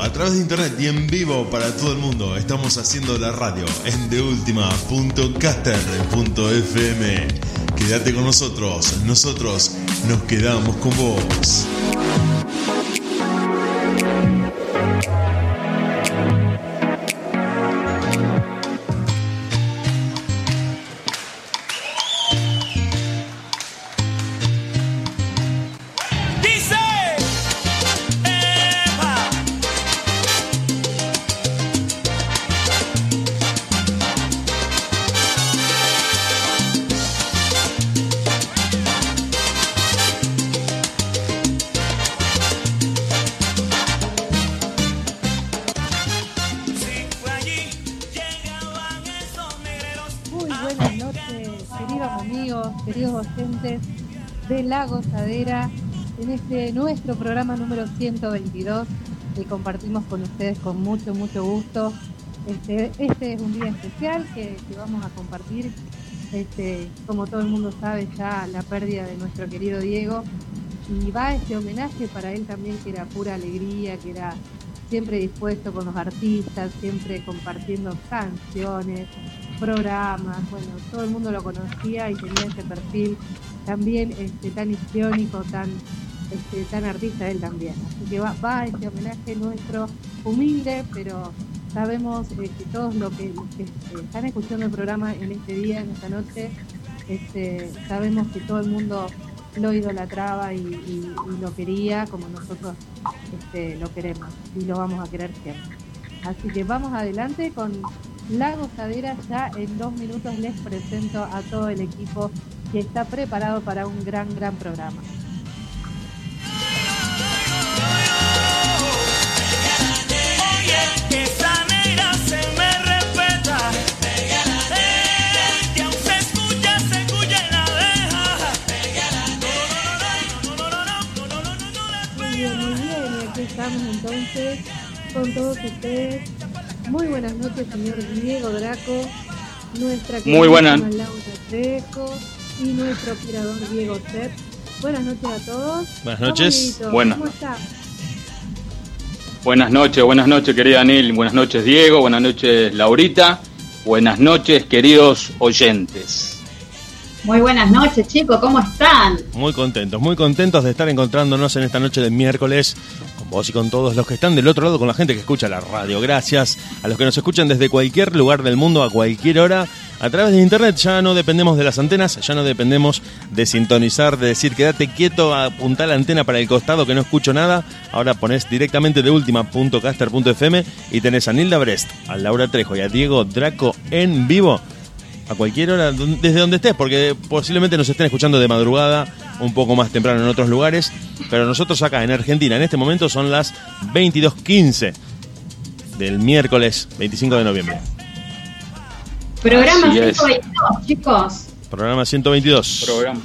a través de internet y en vivo para todo el mundo. Estamos haciendo la radio en deultima.caster.fm. Quédate con nosotros nos quedamos con vos. De La Gozadera, en este nuestro programa número 122 que compartimos con ustedes con mucho gusto. Este es un día especial que vamos a compartir, como todo el mundo sabe ya, la pérdida de nuestro querido Diego, y va este homenaje para él también, que era pura alegría, que era siempre dispuesto con los artistas, siempre compartiendo canciones, programas. Bueno, todo el mundo lo conocía y tenía ese perfil también tan histriónico, tan artista él también. Así que va este homenaje nuestro, humilde, pero sabemos que todos los que están escuchando el programa en este día, en esta noche, sabemos que todo el mundo lo idolatraba y lo quería como nosotros lo queremos y lo vamos a querer siempre. Así que vamos adelante con La Gozadera. Ya en 2 minutos les presento a todo el equipo que está preparado para un gran programa. Muy bien, y aquí estamos entonces con todos ustedes. Muy buenas noches, señor Diego Draco, nuestra querida Laura Trejo y nuestro operador Diego Sepp. Buenas noches a todos. Buenas noches. ¿Cómo está? Buenas noches, querida Anil. Buenas noches, Diego. Buenas noches, Laurita. Buenas noches, queridos oyentes. Muy buenas noches, chicos. ¿Cómo están? Muy contentos de estar encontrándonos en esta noche de miércoles con vos y con todos los que están del otro lado, con la gente que escucha la radio. Gracias a los que nos escuchan desde cualquier lugar del mundo, a cualquier hora, a través de internet. Ya no dependemos de las antenas, ya no dependemos de sintonizar, de decir quédate quieto, apuntá la antena para el costado que no escucho nada. Ahora ponés directamente deultima.caster.fm y tenés a Nilda Brest, a Laura Trejo y a Diego Draco en vivo a cualquier hora, desde donde estés, porque posiblemente nos estén escuchando de madrugada, un poco más temprano en otros lugares, pero nosotros acá en Argentina en este momento son las 22:15 del miércoles 25 de noviembre. Programa 122, chicos. Programa 122. Programa.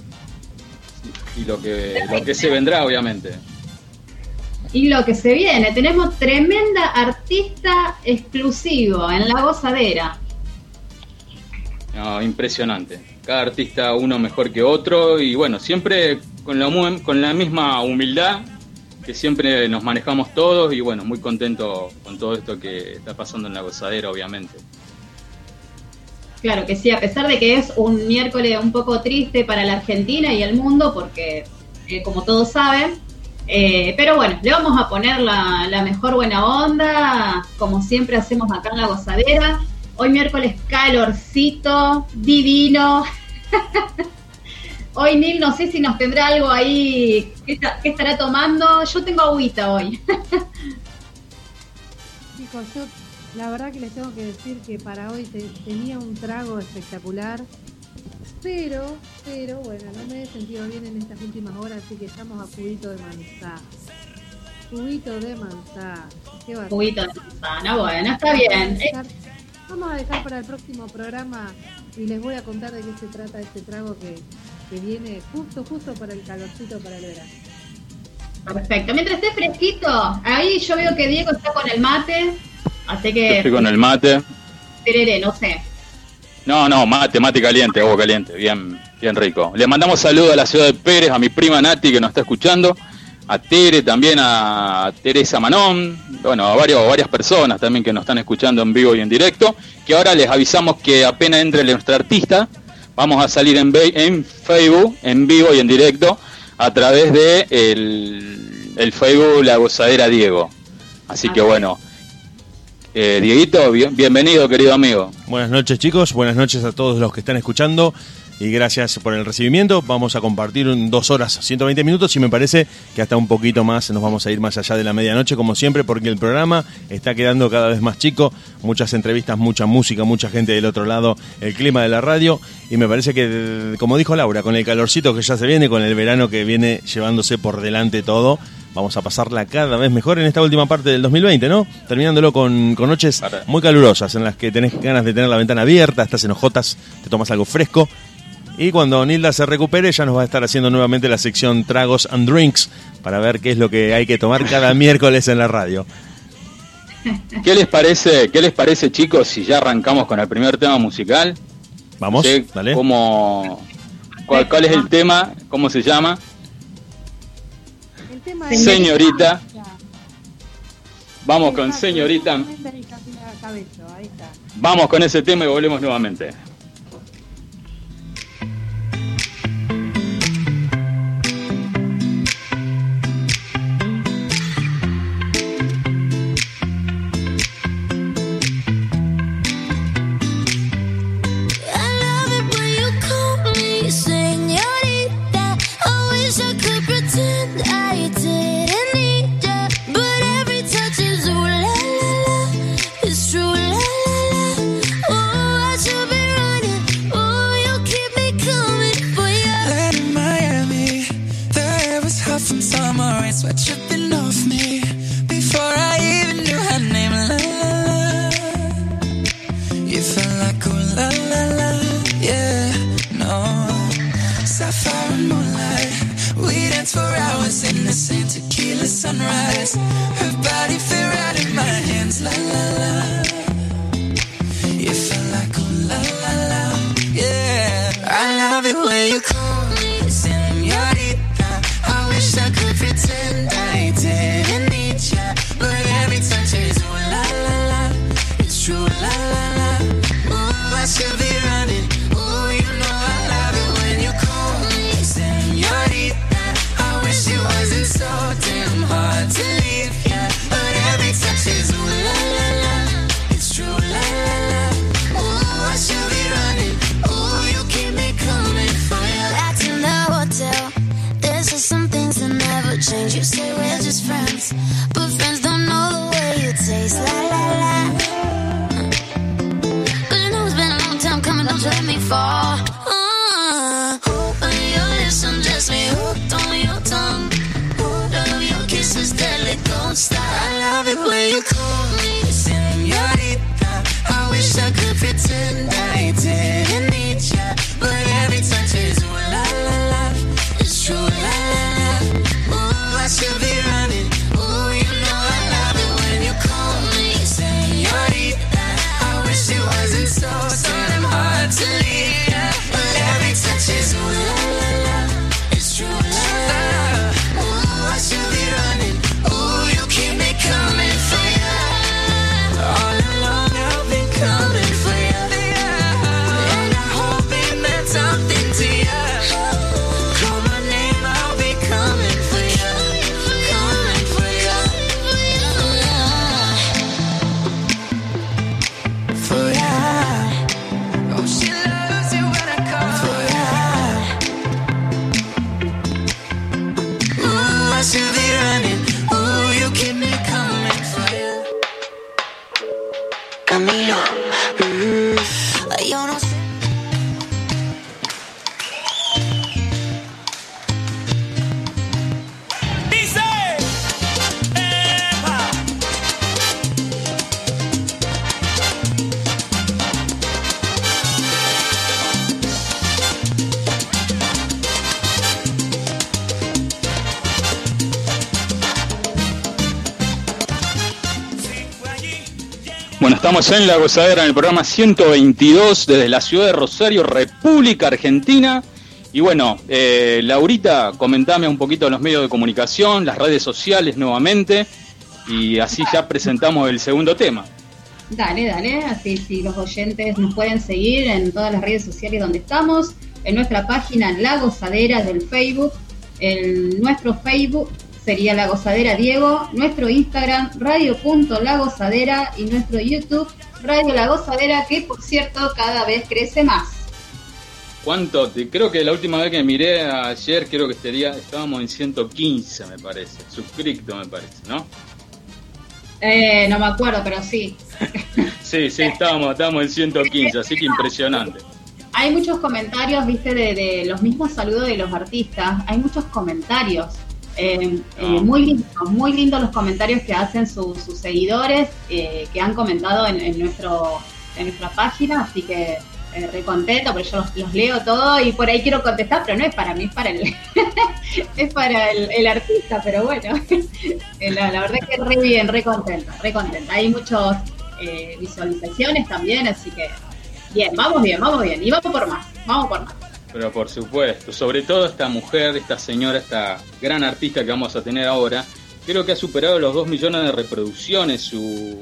Y lo que se vendrá, obviamente. Y lo que se viene. Tenemos tremenda artista exclusivo en La Gozadera. No, impresionante. Cada artista uno mejor que otro y bueno, siempre con la misma humildad que siempre nos manejamos todos y bueno, muy contento con todo esto que está pasando en La Gozadera, obviamente. Claro que sí, a pesar de que es un miércoles un poco triste para la Argentina y el mundo, porque como todos saben, pero bueno, le vamos a poner la mejor buena onda, como siempre hacemos acá en La Gozadera. Hoy miércoles calorcito, divino. Hoy Nil, no sé si nos tendrá algo ahí, ¿qué estará tomando? Yo tengo agüita hoy. Chicos, yo la verdad que les tengo que decir que para hoy tenía un trago espectacular, pero bueno, no me he sentido bien en estas últimas horas, así que estamos a juguito de manzana. Juguito de manzana. Juguito de manzana, bueno, está bien. Vamos a dejar para el próximo programa y les voy a contar de qué se trata este trago que viene justo para el calorcito, para el verano. Perfecto. Mientras esté fresquito, ahí yo veo que Diego está con el mate, así que... Yo estoy con el mate. Tereré, no sé. No, mate caliente, agua caliente, bien rico. Le mandamos saludos a la ciudad de Pérez, a mi prima Nati que nos está escuchando, a Tere, también a Teresa Manón, bueno, a varias personas también que nos están escuchando en vivo y en directo, que ahora les avisamos que apenas entre nuestra artista, vamos a salir en Facebook, en vivo y en directo, a través de el Facebook La Gozadera Diego. Así que bueno, Dieguito, bienvenido, querido amigo. Buenas noches, chicos, buenas noches a todos los que están escuchando. Y gracias por el recibimiento. Vamos a compartir 2 horas, 120 minutos y me parece que hasta un poquito más nos vamos a ir más allá de la medianoche, como siempre, porque el programa está quedando cada vez más chico. Muchas entrevistas, mucha música, mucha gente del otro lado, el clima de la radio. Y me parece que, como dijo Laura, con el calorcito que ya se viene, con el verano que viene llevándose por delante todo, vamos a pasarla cada vez mejor en esta última parte del 2020, ¿no? Terminándolo con noches muy calurosas, en las que tenés ganas de tener la ventana abierta, estás en ojotas, te tomas algo fresco. Y cuando Nilda se recupere ya nos va a estar haciendo nuevamente la sección Tragos and Drinks para ver qué es lo que hay que tomar cada miércoles en la radio. ¿Qué les parece, chicos, si ya arrancamos con el primer tema musical? Vamos, dale. ¿Cuál es el tema? ¿Cómo se llama? El tema es Señorita. Vamos con Señorita. Vamos con ese tema y volvemos nuevamente. Bueno, estamos en La Gozadera en el programa 122 desde la ciudad de Rosario, República Argentina. Y bueno, Laurita, comentame un poquito los medios de comunicación, las redes sociales nuevamente, y así ya presentamos el segundo tema. Dale, así si los oyentes nos pueden seguir en todas las redes sociales donde estamos, en nuestra página La Gozadera del Facebook, nuestro Facebook sería La Gozadera Diego, nuestro Instagram radio.lagozadera y nuestro YouTube Radio La Gozadera, que por cierto cada vez crece más. ¿Cuánto? Creo que la última vez que miré ayer, creo que estábamos en 115, me parece, suscripto me parece, ¿no? No me acuerdo, pero sí. sí, estábamos en 115, así que impresionante. Hay muchos comentarios, viste, de los mismos saludos de los artistas. Hay muchos comentarios. Muy lindos los comentarios que hacen sus seguidores, que han comentado en nuestra página, así que re contenta, porque yo los leo todo y por ahí quiero contestar, pero no es para mí, es para es para el artista, pero bueno, la verdad es que re bien, re contenta. Hay muchas visualizaciones también, así que vamos bien, y vamos por más. Pero por supuesto, sobre todo esta mujer, esta señora, esta gran artista que vamos a tener ahora, creo que ha superado los 2 millones de reproducciones su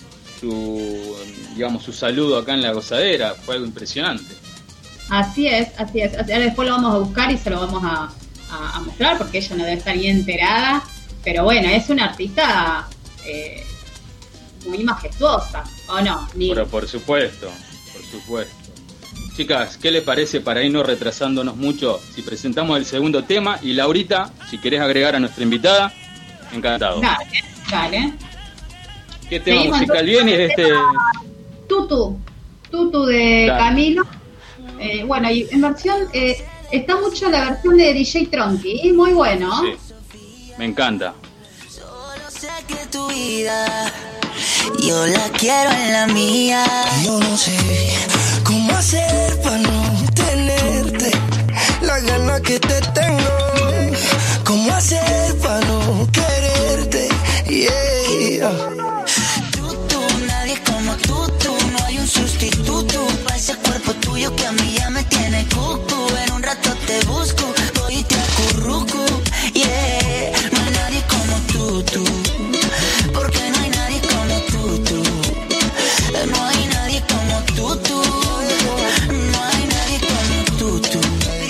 saludo acá en La Gozadera. Fue algo impresionante. Así es. Después lo vamos a buscar y se lo vamos a mostrar, porque ella no debe estar bien enterada, pero bueno, es una artista muy majestuosa, ¿o no? Pero por supuesto. Chicas, ¿qué les parece, para irnos retrasándonos mucho, si presentamos el segundo tema? Y Laurita, si querés agregar a nuestra invitada, encantado. Dale. ¿Qué tema musical viene? Tutu de dale. Camilo. Bueno, y en versión, está mucho la versión de DJ Tronky, muy bueno. Sí, me encanta. Solo sé que tu vida, yo la quiero en la mía. Yo no sé cómo hacer para no tenerte, la gana que te tengo. Cómo hacer para no quererte, yeah. Nadie como tú, no hay un sustituto para ese cuerpo tuyo que a mí ya me tiene cucu. En un rato te busco, voy y te acurruco, yeah. No hay nadie como tú, porque no hay nadie como tú. No hay nadie como tú, no hay nadie como tú.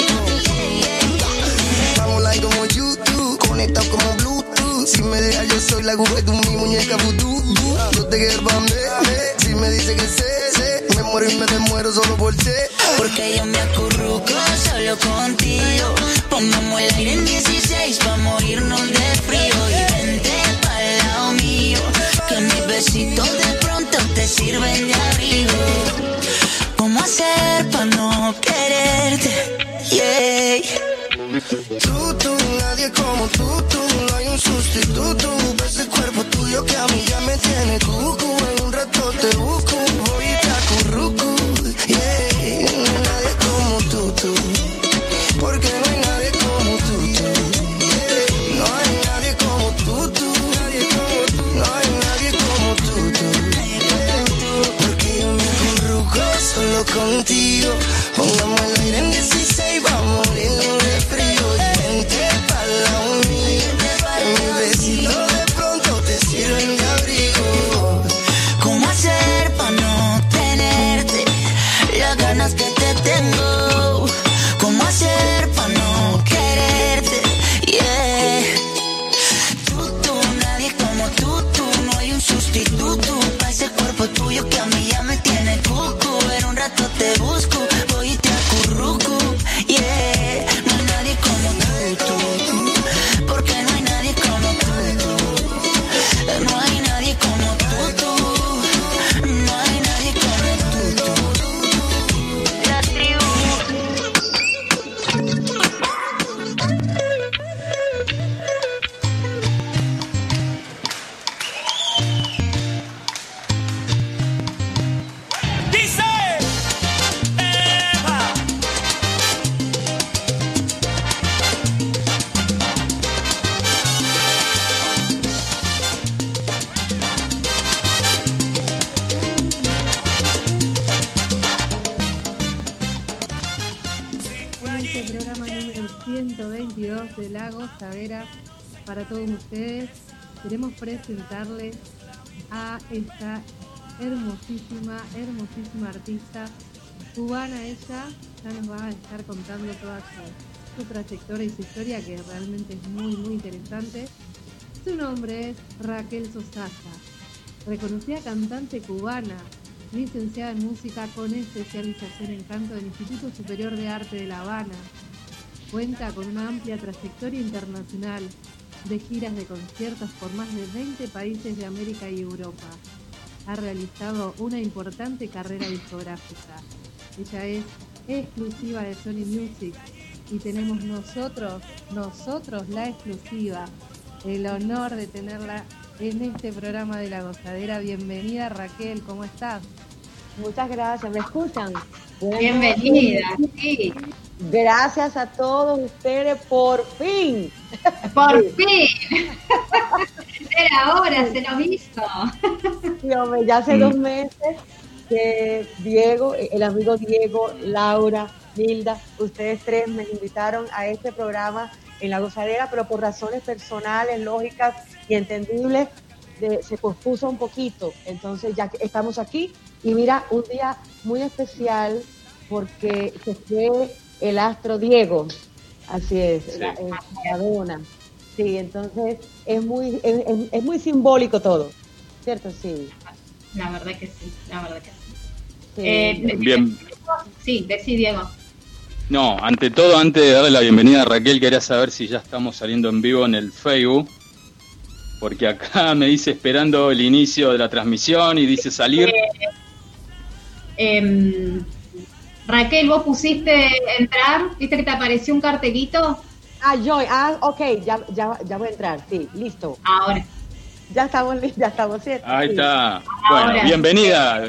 Vamos like como YouTube, conectado como Bluetooth. Si me dejas yo soy la aguja de mi muñeca vudú. Yo te quiero pa' mí, si me dice que sé, me muero y me demuero solo por ti. Porque yo me acurruco solo contigo. Pongamos el aire en 16 pa' morirnos de frío. Y vente pa'l lado mío, que mis besitos de pronto te sirven de abrigo. ¿Cómo hacer pa' no quererte? Yeah. Tú, nadie como tú, no hay un sustituto. Ese cuerpo tuyo que a mí ya me tiene cucu. En un rato te busco, voy y te acurruco, yeah. Nadie como tú, porque no hay nadie como tú, yeah. No hay nadie como tú, La Gozadera para todos ustedes. Queremos presentarles a esta hermosísima artista cubana. Ella ya nos va a estar contando toda su trayectoria y su historia, que realmente es muy, muy interesante. Su nombre es Raquel Sosaya, reconocida cantante cubana, licenciada en música con especialización en canto del Instituto Superior de Arte de La Habana. Cuenta con una amplia trayectoria internacional de giras de conciertos por más de 20 países de América y Europa. Ha realizado una importante carrera discográfica. Ella es exclusiva de Sony Music y tenemos nosotros la exclusiva, el honor de tenerla en este programa de La Gozadera. Bienvenida, Raquel, ¿cómo estás? Muchas gracias, ¿me escuchan? Bienvenida, sí. Gracias a todos ustedes, por fin. Por fin. Era hora, se nos hizo. Sí, hombre, ya hace 2 meses que Diego, el amigo Diego, Laura, Hilda, ustedes 3 me invitaron a este programa en La Gozadera, pero por razones personales, lógicas y entendibles, se pospuso un poquito. Entonces ya estamos aquí y mira, un día muy especial porque se fue el astro Diego, así es, sí. Maradona. Sí, entonces es muy simbólico todo, ¿cierto? Sí. La verdad que sí. Bien. Sí, decí, Diego. No, ante todo, antes de darle la bienvenida a Raquel, quería saber si ya estamos saliendo en vivo en el Facebook, porque acá me dice esperando el inicio de la transmisión y dice salir. Raquel, vos pusiste entrar, ¿viste que te apareció un cartelito? Ok, ya voy a entrar, sí, listo. Ahora. Ya estamos, ¿cierto? Ahí sí. está. Bueno, ahora. Bienvenida.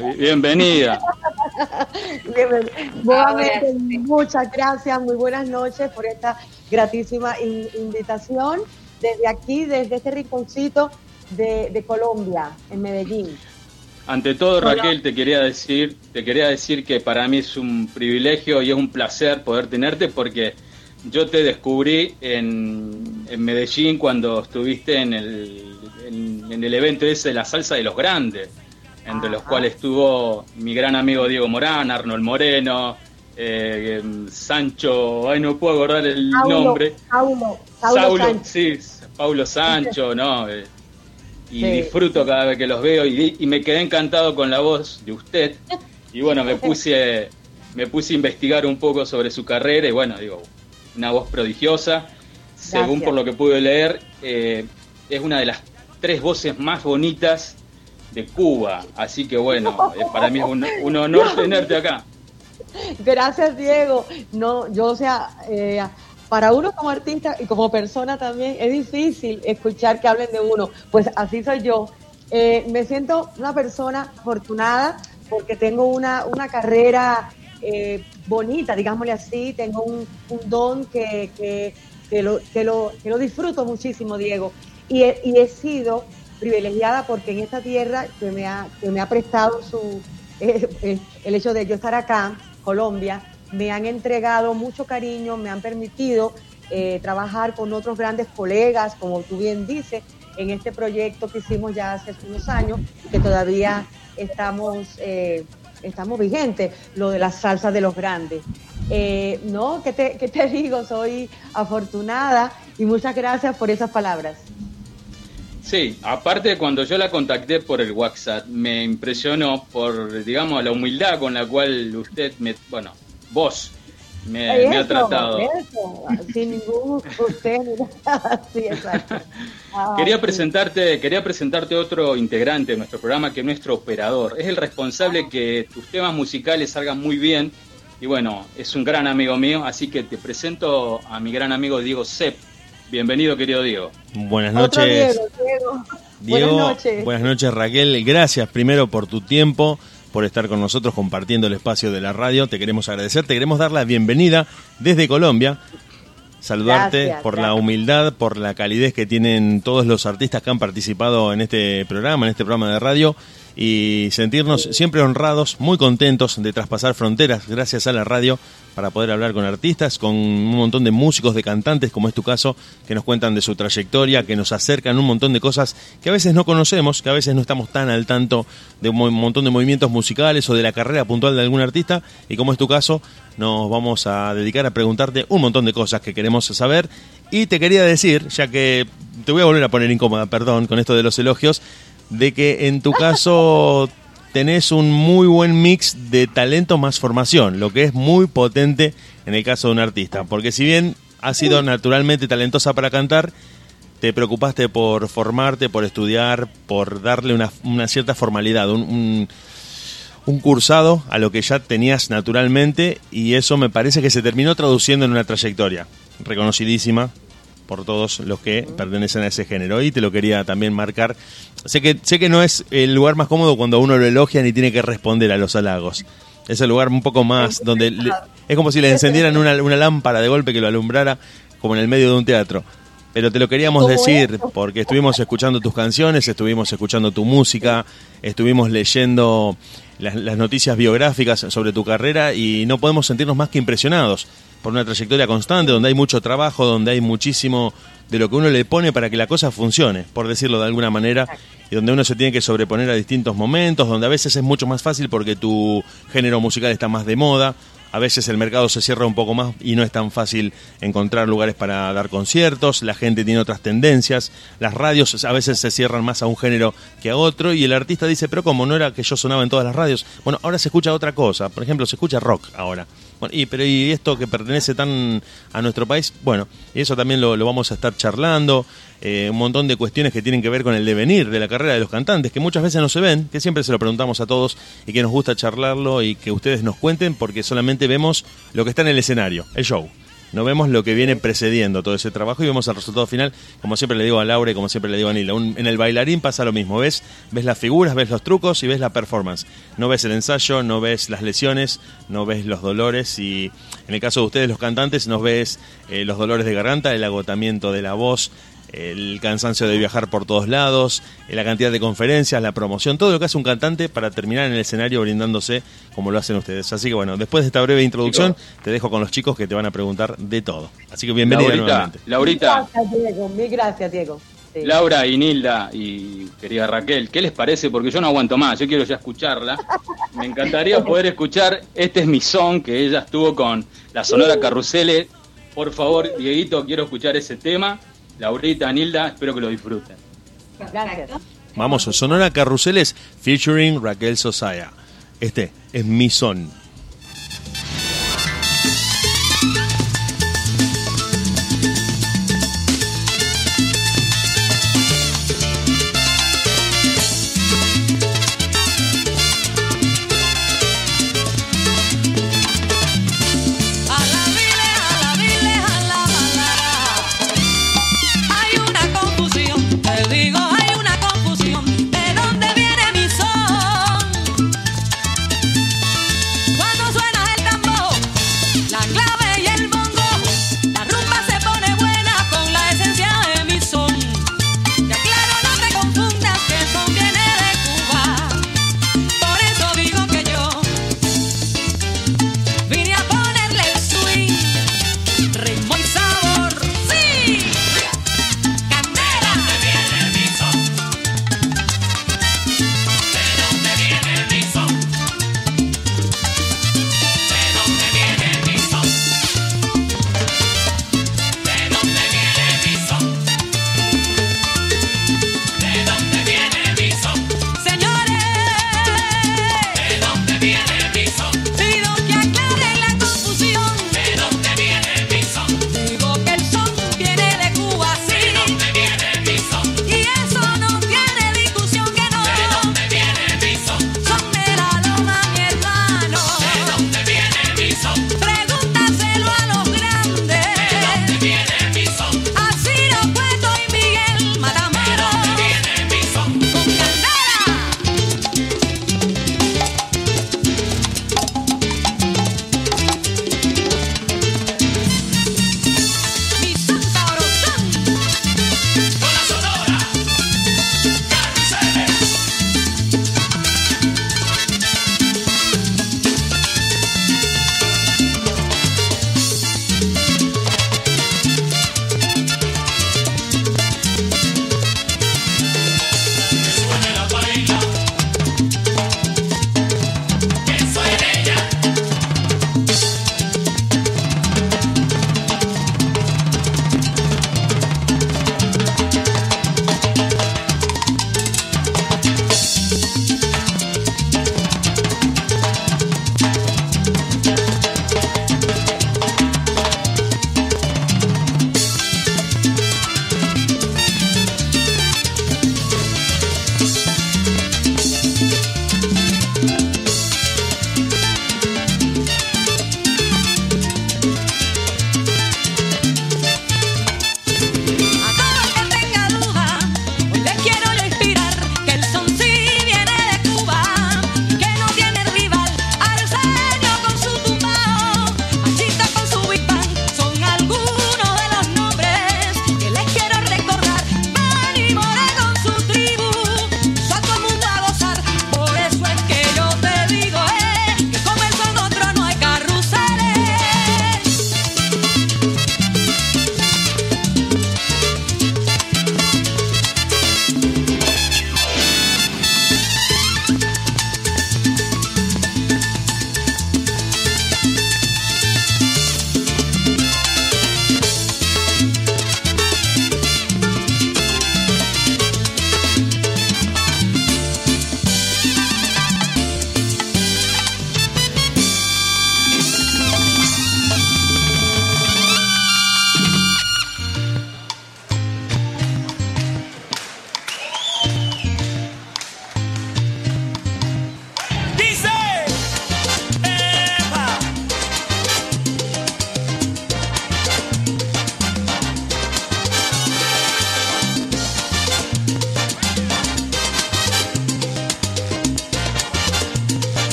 Nuevamente, muchas gracias, muy buenas noches por esta gratísima invitación desde aquí, desde este rinconcito de Colombia, en Medellín. Ante todo, Raquel, te quería decir que para mí es un privilegio y es un placer poder tenerte, porque yo te descubrí en Medellín cuando estuviste en el evento ese de la salsa de los grandes, entre los cuales estuvo mi gran amigo Diego Morán, Arnold Moreno, Sancho, no puedo acordar el nombre. Saulo Sancho. Sí, Paulo Sancho, ¿no? Y sí. Disfruto cada vez que los veo y me quedé encantado con la voz de usted. Y bueno, me puse a investigar un poco sobre su carrera y bueno, digo, una voz prodigiosa. Según Gracias. por lo que pude leer, es una de las 3 voces más bonitas de Cuba. Así que bueno, para mí es un honor tenerte acá. Gracias, Diego. No, yo, para uno como artista y como persona también es difícil escuchar que hablen de uno. Pues así soy yo. Me siento una persona afortunada porque tengo una carrera bonita, digámosle así. Tengo un don que lo disfruto muchísimo, Diego. Y he sido privilegiada porque en esta tierra que me ha prestado el hecho de yo estar acá, Colombia, me han entregado mucho cariño, me han permitido trabajar con otros grandes colegas, como tú bien dices, en este proyecto que hicimos ya hace unos años, que todavía estamos vigentes, lo de las salsas de los grandes. No, ¿qué te digo? Soy afortunada y muchas gracias por esas palabras. Sí, aparte cuando yo la contacté por el WhatsApp, me impresionó por, digamos, la humildad con la cual vos me ha tratado. Eso, sin ningún usted. Sí, exacto. Quería presentarte otro integrante de nuestro programa, que es nuestro operador. Es el responsable que tus temas musicales salgan muy bien. Y bueno, es un gran amigo mío, así que te presento a mi gran amigo Diego Sepp. Bienvenido, querido Diego. Buenas noches. Diego, buenas noches, Raquel. Gracias primero por tu tiempo, por estar con nosotros compartiendo el espacio de la radio. Te queremos agradecer, te queremos dar la bienvenida desde Colombia. Saludarte por la humildad, por la calidez que tienen todos los artistas que han participado en este programa de radio. y sentirnos siempre honrados, muy contentos de traspasar fronteras gracias a la radio para poder hablar con artistas, con un montón de músicos, de cantantes, como es tu caso, que nos cuentan de su trayectoria, que nos acercan un montón de cosas que a veces no conocemos, que a veces no estamos tan al tanto de un montón de movimientos musicales o de la carrera puntual de algún artista, y como es tu caso, nos vamos a dedicar a preguntarte un montón de cosas que queremos saber. Y te quería decir, ya que te voy a volver a poner incómoda, perdón, con esto de los elogios, de que en tu caso tenés un muy buen mix de talento más formación, lo que es muy potente en el caso de un artista, porque si bien has sido naturalmente talentosa para cantar, te preocupaste por formarte, por estudiar, por darle una cierta formalidad, un cursado a lo que ya tenías naturalmente, y eso me parece que se terminó traduciendo en una trayectoria reconocidísima por todos los que pertenecen a ese género, y te lo quería también marcar. Sé que no es el lugar más cómodo cuando a uno lo elogian y tiene que responder a los halagos. Es el lugar un poco más donde es como si le encendieran una lámpara de golpe que lo alumbrara, como en el medio de un teatro. Pero te lo queríamos decir porque estuvimos escuchando tus canciones, estuvimos escuchando tu música, estuvimos leyendo las noticias biográficas sobre tu carrera, y no podemos sentirnos más que impresionados por una trayectoria constante, donde hay mucho trabajo, donde hay muchísimo de lo que uno le pone para que la cosa funcione, por decirlo de alguna manera, y donde uno se tiene que sobreponer a distintos momentos, donde a veces es mucho más fácil porque tu género musical está más de moda, a veces el mercado se cierra un poco más y no es tan fácil encontrar lugares para dar conciertos, la gente tiene otras tendencias, las radios a veces se cierran más a un género que a otro, y el artista dice, pero ¿cómo? ¿No era que yo sonaba en todas las radios? Bueno, ahora se escucha otra cosa, por ejemplo, se escucha rock ahora. Bueno, ¿y esto que pertenece tan a nuestro país? Bueno, y eso también lo vamos a estar charlando, un montón de cuestiones que tienen que ver con el devenir de la carrera de los cantantes, que muchas veces no se ven, que siempre se lo preguntamos a todos y que nos gusta charlarlo y que ustedes nos cuenten, porque solamente vemos lo que está en el escenario, el show. No vemos lo que viene precediendo todo ese trabajo y vemos el resultado final, como siempre le digo a Laura y como siempre le digo a Nilda. En el bailarín pasa lo mismo, ves las figuras, ves los trucos y ves la performance. No ves el ensayo, no ves las lesiones, no ves los dolores, y en el caso de ustedes los cantantes no ves los dolores de garganta, el agotamiento de la voz, el cansancio de viajar por todos lados, la cantidad de conferencias, la promoción, todo lo que hace un cantante para terminar en el escenario brindándose como lo hacen ustedes. Así que bueno, después de esta breve introducción, te dejo con los chicos que te van a preguntar de todo. Así que bienvenida nuevamente. Laurita. Mil gracias, Diego. Sí. Laura y Nilda y querida Raquel, ¿qué les parece? Porque yo no aguanto más, yo quiero ya escucharla. Me encantaría poder escuchar Este es mi son, que ella estuvo con la Sonora Carruseles. Por favor, Dieguito, quiero escuchar ese tema. Laurita, Nilda, espero que lo disfruten. Gracias. Vamos, Sonora Carruseles featuring Raquel Sosaya. Este es mi son. ¿De dónde viene mi son?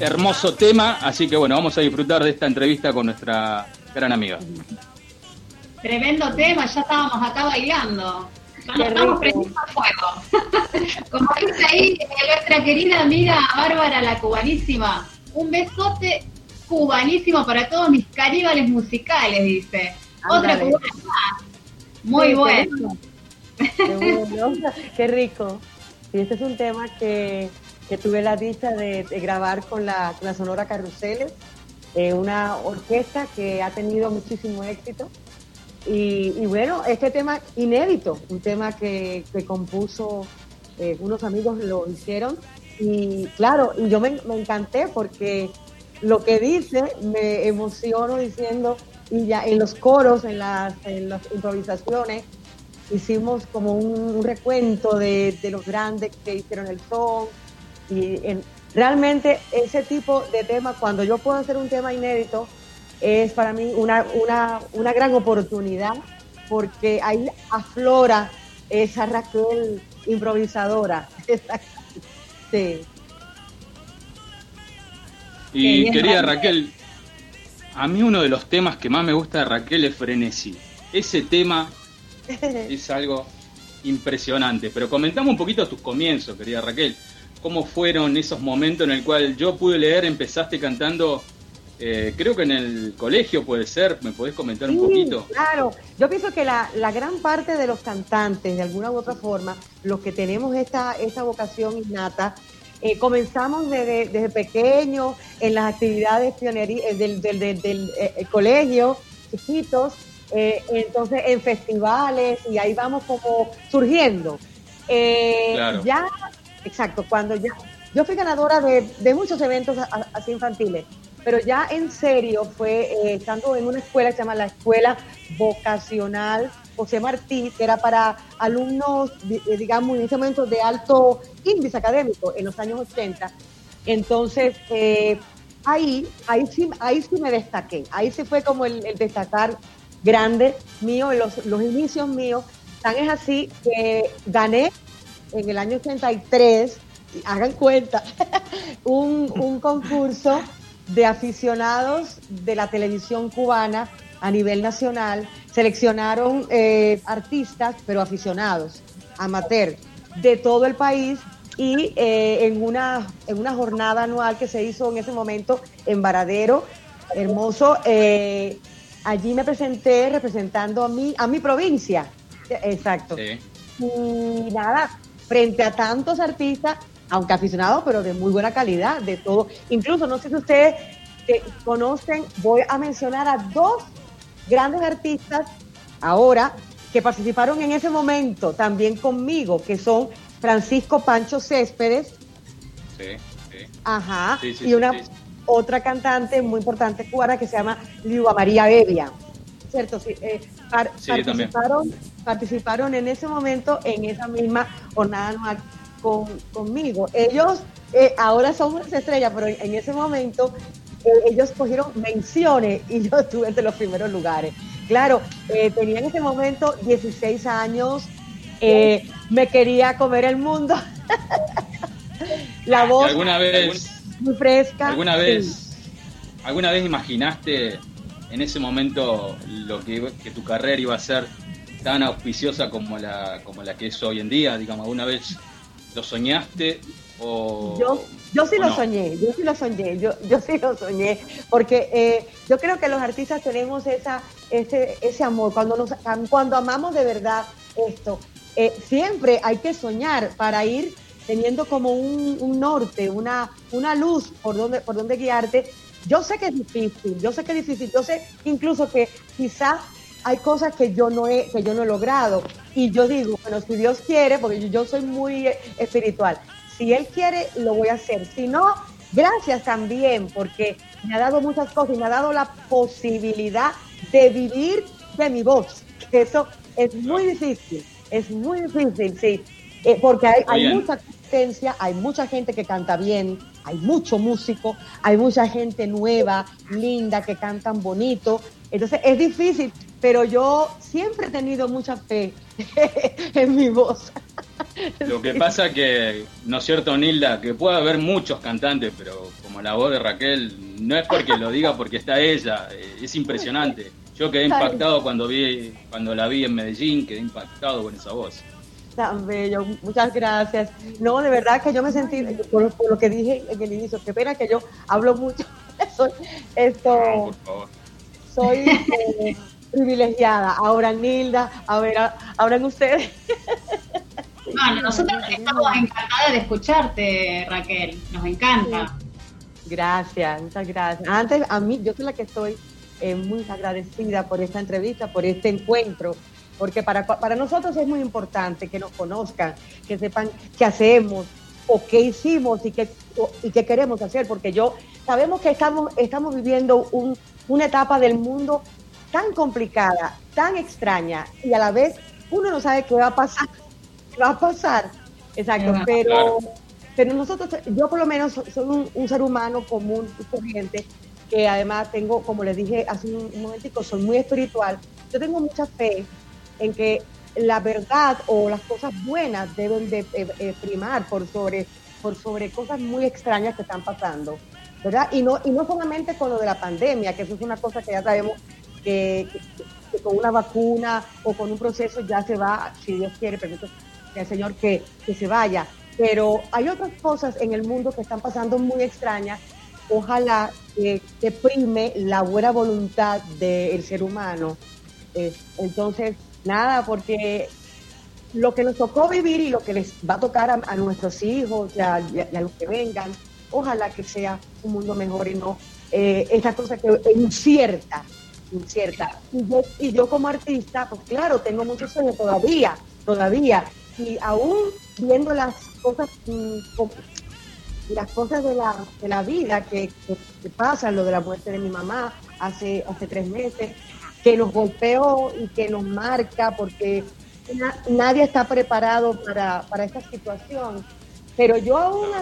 hermoso tema, así que bueno, vamos a disfrutar de esta entrevista con nuestra gran amiga. Tremendo tema, ya estábamos acá bailando. Ya nos estamos prendiendo a fuego. Como dice ahí nuestra querida amiga Bárbara, la cubanísima. Un besote cubanísimo para todos mis caníbales musicales, dice. Otra cubana más. Muy bueno. Qué bueno. Qué rico. Y este es un tema que tuve la dicha de grabar con la Sonora Carruseles, una orquesta que ha tenido muchísimo éxito. Y bueno, este tema inédito, un tema que compuso unos amigos lo hicieron. Y claro, y yo me encanté porque lo que dice me emociono diciendo, y ya en los coros, en las improvisaciones, hicimos como un recuento de los grandes que hicieron el son. Y realmente ese tipo de tema, cuando yo puedo hacer un tema inédito, es para mí una gran oportunidad, porque ahí aflora esa Raquel improvisadora. Sí. Y querida Raquel, a mí uno de los temas que más me gusta de Raquel es Frenesí. Ese tema es algo impresionante, pero comentame un poquito tus comienzos, querida Raquel. ¿Cómo fueron esos momentos en el cual yo pude leer, empezaste cantando, creo que en el colegio puede ser? ¿Me podés comentar un poquito? Claro, yo pienso que la gran parte de los cantantes, de alguna u otra forma, los que tenemos esta vocación innata, comenzamos desde pequeños en las actividades pioneras del colegio, chiquitos, entonces en festivales, y ahí vamos como surgiendo. Claro. Ya, exacto, cuando ya yo fui ganadora de muchos eventos así infantiles, pero ya en serio fue estando en una escuela que se llama la Escuela Vocacional José Martí, que era para alumnos, digamos, en ese momento de alto índice académico, en los años 80. Entonces, ahí sí me destaqué. Ahí sí fue como el destacar grande mío, los inicios míos. Tan es así que gané en el año 83, hagan cuenta, un concurso de aficionados de la televisión cubana a nivel nacional. Seleccionaron artistas, pero aficionados, amateur, de todo el país, y en una jornada anual que se hizo en ese momento en Varadero, hermoso, allí me presenté representando a mi provincia. Exacto. Sí. Y nada, frente a tantos artistas, aunque aficionados, pero de muy buena calidad, de todo. Incluso, no sé si ustedes conocen, voy a mencionar a dos grandes artistas ahora que participaron en ese momento también conmigo, que son Francisco Pancho Céspedes, ajá, sí, y una otra cantante muy importante cubana que se llama Liua María Bebia, ¿cierto? Sí, participaron en ese momento en esa misma jornada anual conmigo. Ellos ahora son unas estrellas, pero en ese momento ellos cogieron menciones y yo estuve entre los primeros lugares. Claro, tenía en ese momento 16 años, me quería comer el mundo. La voz muy fresca. ¿Alguna vez imaginaste en ese momento lo que tu carrera iba a ser tan auspiciosa como la que es hoy en día? Digamos, ¿alguna vez lo soñaste? Yo sí lo soñé, porque yo creo que los artistas tenemos ese amor, cuando amamos de verdad esto, siempre hay que soñar para ir teniendo como un norte, una luz por donde guiarte. Yo sé que es difícil, yo sé incluso que quizás hay cosas que yo no he logrado, y yo digo, bueno, si Dios quiere, porque yo soy muy espiritual, si Él quiere, lo voy a hacer. Si no, gracias también, porque me ha dado muchas cosas y me ha dado la posibilidad de vivir de mi voz. Eso es muy difícil, sí. Porque hay mucha competencia, hay mucha gente que canta bien, hay mucho músico, hay mucha gente nueva, linda, que cantan bonito. Entonces es difícil, pero yo siempre he tenido mucha fe en mi voz. Lo que pasa que, ¿no es cierto, Nilda? Que puede haber muchos cantantes, pero como la voz de Raquel, no es porque lo diga porque está ella, es impresionante. Yo quedé impactado cuando la vi en Medellín, quedé impactado con esa voz. Tan bello, muchas gracias. No, de verdad que yo me sentí, por lo que dije en el inicio, qué pena que yo hablo mucho. No, por favor. Soy privilegiada. Ahora Nilda, ahora en ustedes. No, nosotros estamos encantadas de escucharte, Raquel. Nos encanta. Gracias, muchas gracias. Antes, a mí, yo soy la que estoy muy agradecida por esta entrevista, por este encuentro, porque para nosotros es muy importante que nos conozcan, que sepan qué hacemos o qué hicimos y qué queremos hacer, porque sabemos que estamos viviendo una etapa del mundo tan complicada, tan extraña, y a la vez uno no sabe qué va a pasar. Exacto, pero nosotros, yo por lo menos soy un ser humano común y corriente, que además tengo, como les dije hace un momentico, soy muy espiritual. Yo tengo mucha fe en que la verdad o las cosas buenas deben de primar por sobre cosas muy extrañas que están pasando, ¿verdad? Y no solamente con lo de la pandemia, que eso es una cosa que ya sabemos que con una vacuna o con un proceso ya se va, si Dios quiere, permito al Señor que se vaya. Pero hay otras cosas en el mundo que están pasando muy extrañas. Ojalá que prime la buena voluntad del ser humano. Entonces, nada, porque lo que nos tocó vivir y lo que les va a tocar a nuestros hijos y a los que vengan, ojalá que sea un mundo mejor y no esta cosa que es incierta. Y yo como artista, pues claro, tengo muchos sueños todavía, y aún viendo las cosas de la vida que pasan, lo de la muerte de mi mamá hace 3 meses, que nos golpeó y que nos marca, porque nadie está preparado para esta situación. Pero yo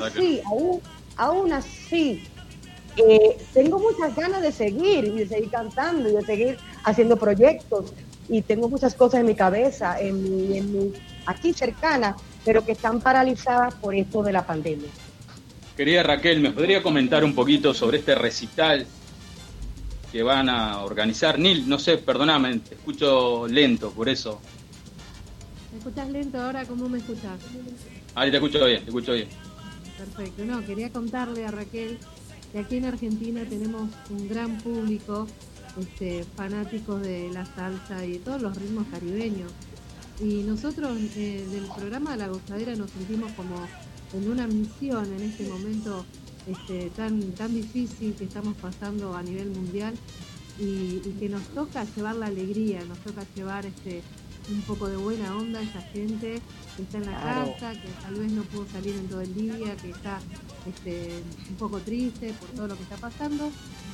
aún así, tengo muchas ganas de seguir cantando y de seguir haciendo proyectos, y tengo muchas cosas en mi cabeza, aquí cercana, pero que están paralizadas por esto de la pandemia. Querida Raquel, ¿me podría comentar un poquito sobre este recital que van a organizar? Nil, no sé, perdóname, te escucho lento, por eso. ¿Me escuchás lento ahora? ¿Cómo me escuchás? Ahí te escucho bien. Perfecto. No, quería contarle a Raquel que aquí en Argentina tenemos un gran público, fanáticos de la salsa y de todos los ritmos caribeños. Y nosotros del programa La Gozadera nos sentimos como en una misión en este momento tan difícil que estamos pasando a nivel mundial, y que nos toca llevar la alegría, nos toca llevar un poco de buena onda a esa gente que está en la casa, que tal vez no pudo salir en todo el día, que está un poco triste por todo lo que está pasando,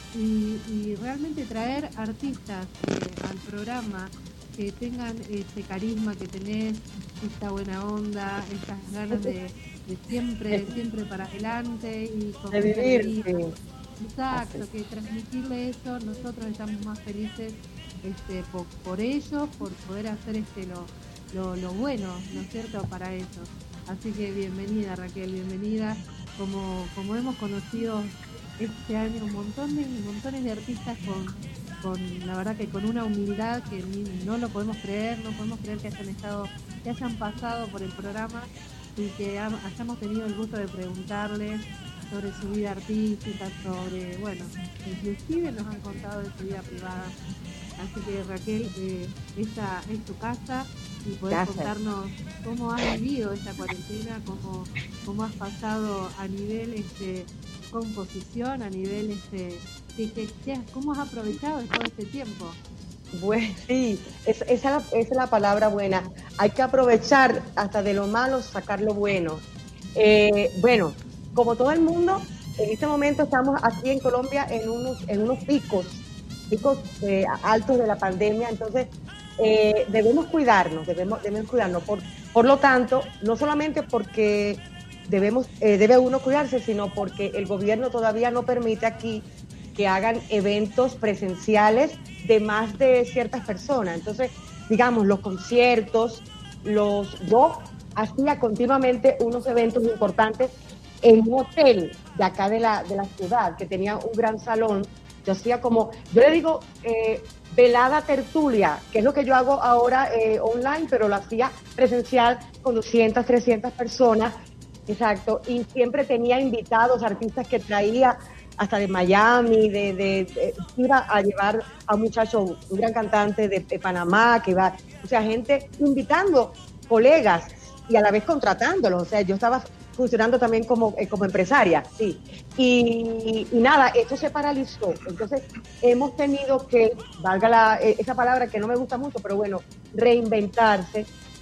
y realmente traer artistas al programa que tengan ese carisma que tenés, esta buena onda, estas ganas de siempre para adelante y con de vivir. Exacto, que transmitirle eso, nosotros estamos más felices por ellos, por poder hacer lo bueno, ¿no es cierto?, para eso. Así que bienvenida, Raquel, bienvenida. Como hemos conocido este año montones de artistas con la verdad que con una humildad que no lo podemos creer, que hayan pasado por el programa y que hayamos tenido el gusto de preguntarles sobre su vida artística, inclusive nos han contado de su vida privada. Así que Raquel, esta es tu casa y podés contarnos cómo has vivido esta cuarentena, cómo has pasado a nivel composición, a nivel cómo has aprovechado todo este tiempo. Pues sí, esa es la palabra buena. Hay que aprovechar hasta de lo malo, sacar lo bueno. Bueno, como todo el mundo, en este momento estamos aquí en Colombia en unos picos altos de la pandemia, entonces debemos cuidarnos. Por lo tanto, no solamente porque debe uno cuidarse, sino porque el gobierno todavía no permite aquí que hagan eventos presenciales de más de ciertas personas. Entonces, digamos, los conciertos, yo hacía continuamente unos eventos importantes en un hotel de acá de la ciudad, que tenía un gran salón. Yo hacía como, yo le digo velada tertulia, que es lo que yo hago ahora online, pero lo hacía presencial con 200, 300 personas, exacto, y siempre tenía invitados, artistas que traía hasta de Miami, iba a llevar a un muchacho, un gran cantante de Panamá, que iba, o sea, gente invitando colegas y a la vez contratándolos, o sea, yo estaba funcionando también como empresaria, sí. Y nada, esto se paralizó. Entonces, hemos tenido que, valga esa palabra que no me gusta mucho, pero bueno, reinventarse.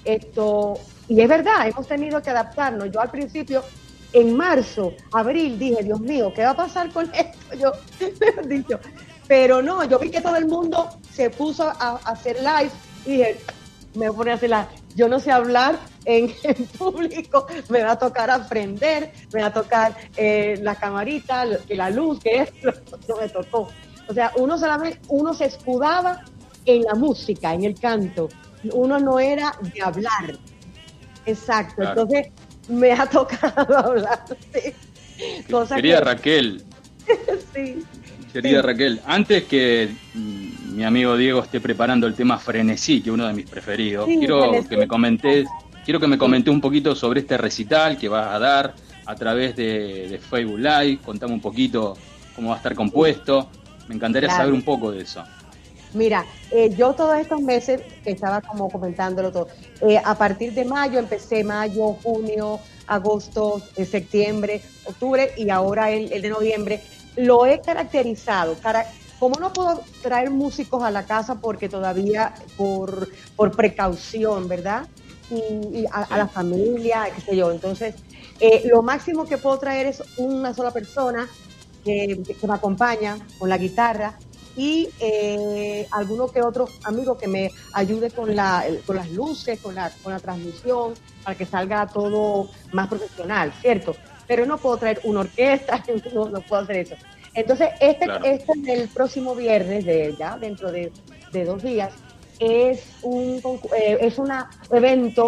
Y es verdad, hemos tenido que adaptarnos. Yo al principio, en marzo, abril, dije, Dios mío, ¿qué va a pasar con esto? Yo, mejor dicho. Pero no, yo vi que todo el mundo se puso a hacer live y dije, me voy a poner a hacer live. Yo no sé hablar en público, me va a tocar aprender, me va a tocar la camarita, la luz, que es lo que me tocó. O sea, uno se escudaba en la música, en el canto. Uno no era de hablar. Exacto. Claro. Entonces, me ha tocado hablar. Sí. Querida Raquel. Sí. Querida Raquel, antes que mi amigo Diego esté preparando el tema Frenesí, que es uno de mis preferidos, sí, quiero que me comentes un poquito sobre este recital que vas a dar a través de Facebook Live. Contame un poquito cómo va a estar compuesto. Me encantaría saber un poco de eso. Mira, yo todos estos meses, que estaba como comentándolo todo, a partir de mayo, empecé mayo, junio, agosto, septiembre, octubre y ahora el de noviembre, lo he caracterizado. Como no puedo traer músicos a la casa porque todavía por precaución, ¿verdad? Y a la familia, qué sé yo. Entonces, lo máximo que puedo traer es una sola persona que me acompaña con la guitarra y alguno que otro amigo que me ayude con las luces, con la transmisión, para que salga todo más profesional, ¿cierto? Pero no puedo traer una orquesta, no puedo hacer eso. Entonces, Claro. el próximo viernes, ya dentro de 2 días, es un evento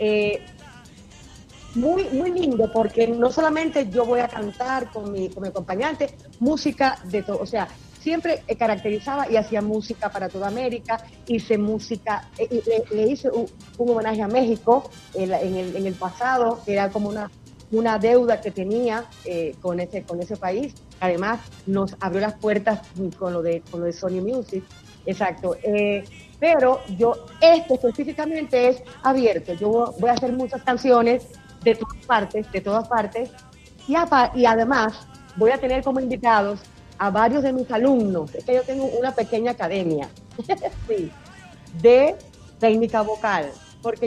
muy, muy lindo, porque no solamente yo voy a cantar con mi acompañante, música de todo, o sea, siempre caracterizaba y hacía música para toda América, hice música, le hice un homenaje a México en el pasado, que era como una deuda que tenía con ese país. Además, nos abrió las puertas con lo de Sony Music, exacto. Pero específicamente es abierto. Yo voy a hacer muchas canciones de todas partes, y además voy a tener como invitados a varios de mis alumnos. Es que yo tengo una pequeña academia sí, de técnica vocal, porque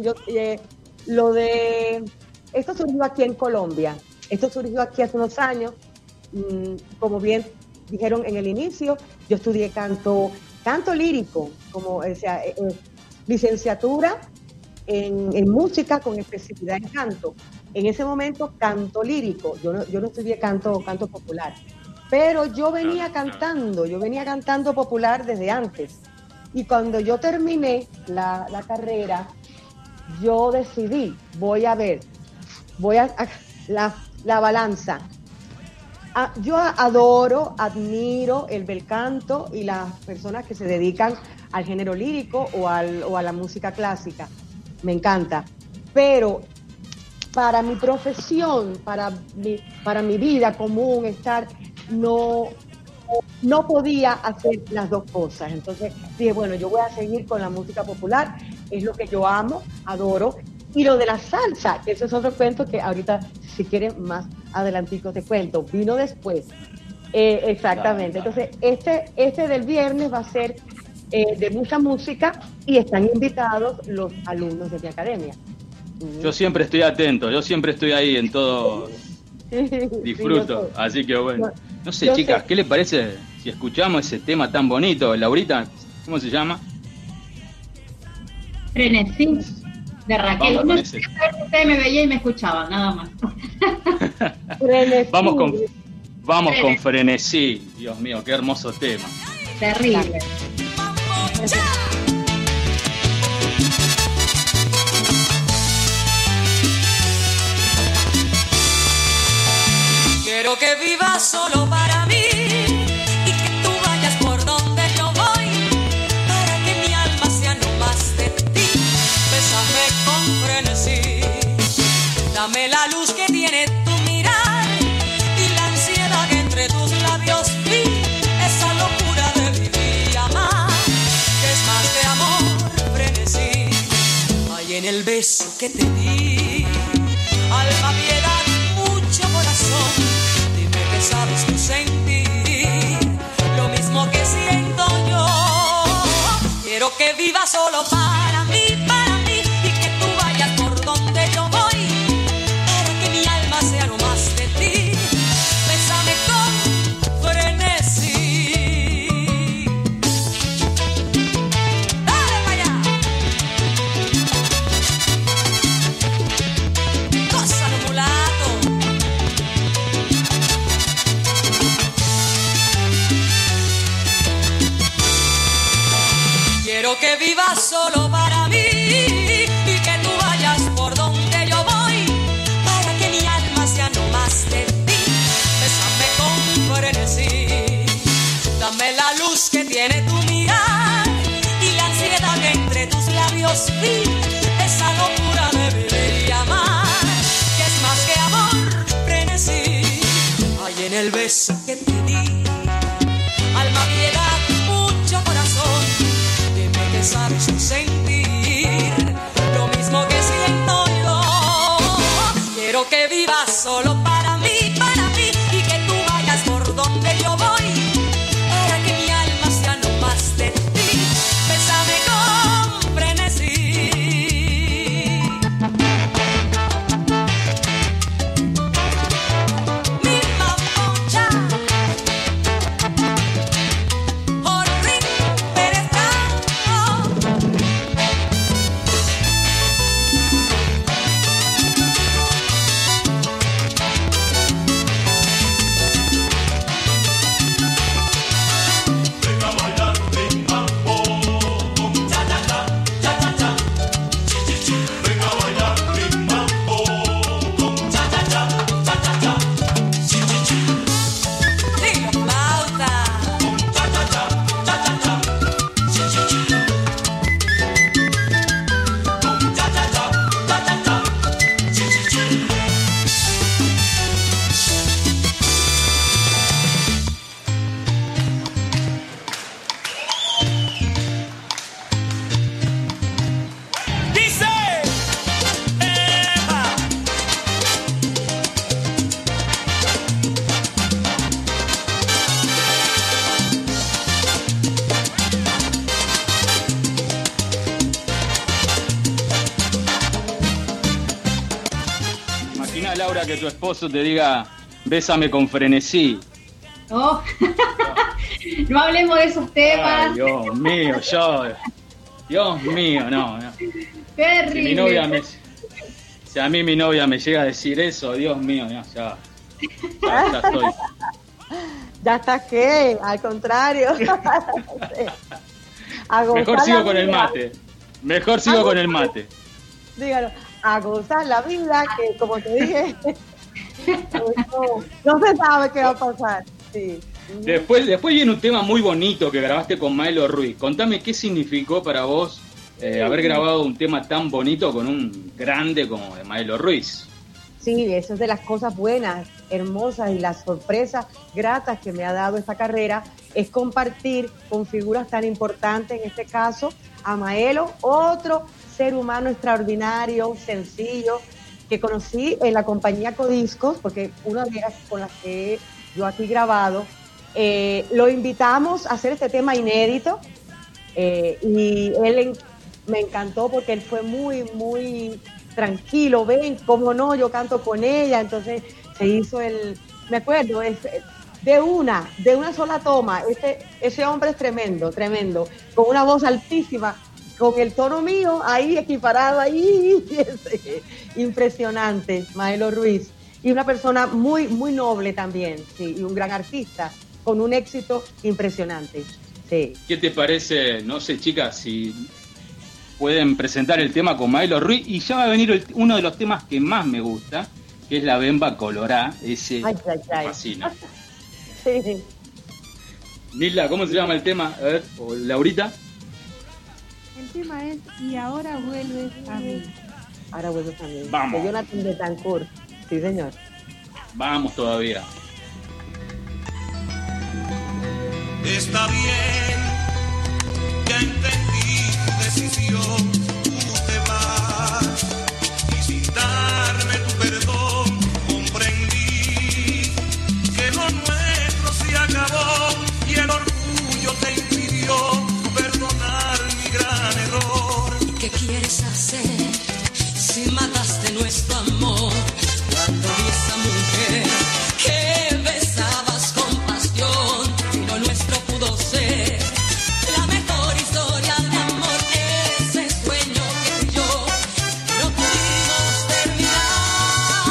esto surgió aquí en Colombia, esto surgió aquí hace unos años, como bien dijeron en el inicio, yo estudié canto lírico, licenciatura en música con especialidad en canto. En ese momento, canto lírico, yo no estudié canto popular, pero yo venía cantando popular desde antes. Y cuando yo terminé la carrera, yo decidí, la balanza. Yo adoro, admiro el bel canto y las personas que se dedican al género lírico o a la música clásica. Me encanta. Pero para mi profesión, para mi vida común, no podía hacer las dos cosas. Entonces dije, bueno, yo voy a seguir con la música popular, es lo que yo amo, adoro. Y lo de la salsa, que eso es otro cuento que ahorita, si quieren, más adelantico te cuento. Vino después. Exactamente. Claro. Entonces, este del viernes va a ser de mucha música y están invitados los alumnos de mi academia. Yo siempre estoy atento, yo siempre estoy ahí en todo. Disfruto, sí, así que bueno. No sé, chicas, ¿qué les parece si escuchamos ese tema tan bonito? Laurita, ¿cómo se llama? Frenesí, de Raquel. No sé si ustedes me veían y me escuchaban, nada más. Vamos con Frenesí. Dios mío, qué hermoso tema. Terrible. Quiero que vivas solo para mí y que tú vayas por donde yo voy, para que mi alma sea no más de ti. Bésame con frenesí, dame la luz que tiene tu mirar y la ansiedad que entre tus labios vi, esa locura de vivir y amar, que es más que amor, frenesí. Hay en el beso que te di, alma, piedad, mucho corazón, dime que sabes tú sentir lo mismo que siento yo. Quiero que vivas solo para mí, y que tú vayas por donde yo voy, para que mi alma sea no más de ti. Bésame con frenesí. Dale para allá. Gózalo, mulato. Quiero que vivas solo para mí y que tú vayas por donde yo voy, para que mi alma sea no más de ti. Bésame con frenesí, dame la luz que tiene tu mirar y la ansiedad que entre tus labios vi, esa locura de vivir y amar, que es más que amor, frenesí. Hay en el beso que te di, alma, piedad, mucho corazón, dime que sabes tú sentir lo mismo que siento yo. Quiero que vivas solo para mí, y que tú vayas por donde yo voy, para que mi alma sea no más de ti. Bésame con frenesí. Mi papocha, Jorrín Pérez Franco. Dilo, flauta. Dice, Eva. Imagina, Laura, que tu esposo te diga, bésame con frenesí. Oh. No hablemos de esos temas. Ay, Dios mío, Dios mío, no. Terrible. Si mi novia si a mí mi novia me llega a decir eso, Dios mío, no, ya estoy. ¿Ya estás qué? Al contrario. A gozar Mejor sigo la con el vida. mate. Mejor sigo con el mate. Dígalo, a gozar la vida, que como te dije, no se sabe qué va a pasar. Sí. Después viene un tema muy bonito que grabaste con Maelo Ruiz. Contame qué significó para vos haber grabado un tema tan bonito con un grande como de Maelo Ruiz. Sí, eso es de las cosas buenas, hermosas y las sorpresas gratas que me ha dado esta carrera, es compartir con figuras tan importantes, en este caso a Maelo, otro ser humano extraordinario, sencillo, que conocí en la compañía Codiscos, porque una de las con las que yo aquí he grabado, lo invitamos a hacer este tema inédito y él me encantó porque él fue muy, muy tranquilo, ven, cómo no, yo canto con ella, entonces se hizo me acuerdo, de una sola toma, ese hombre es tremendo, con una voz altísima, con el tono mío ahí equiparado ahí, impresionante, Maelo Ruiz, y una persona muy, muy noble también, sí, y un gran artista, con un éxito impresionante, sí. ¿Qué te parece, no sé, chicas, si pueden presentar el tema con Maelo Ruiz? Y ya va a venir uno de los temas que más me gusta, que es la Bemba Colorá. Ese Ay. me fascina. Sí. Nilda, ¿cómo se llama el tema? A ver, o Laurita. El tema es Y ahora vuelves a mí. Ahora vuelves a mí. Vamos. De Jonathan Betancourt. Sí, señor. Vamos todavía. Está bien, ya entendí tu decisión, tú te vas y sin darme tu perdón comprendí que lo nuestro se acabó y el orgullo te impidió perdonar mi gran error. ¿Qué quieres hacer si mataste nuestro amor? Cuando vi esa mujer que besabas con pasión y lo nuestro pudo ser la mejor historia de amor, ese sueño que tú y yo no pudimos terminar.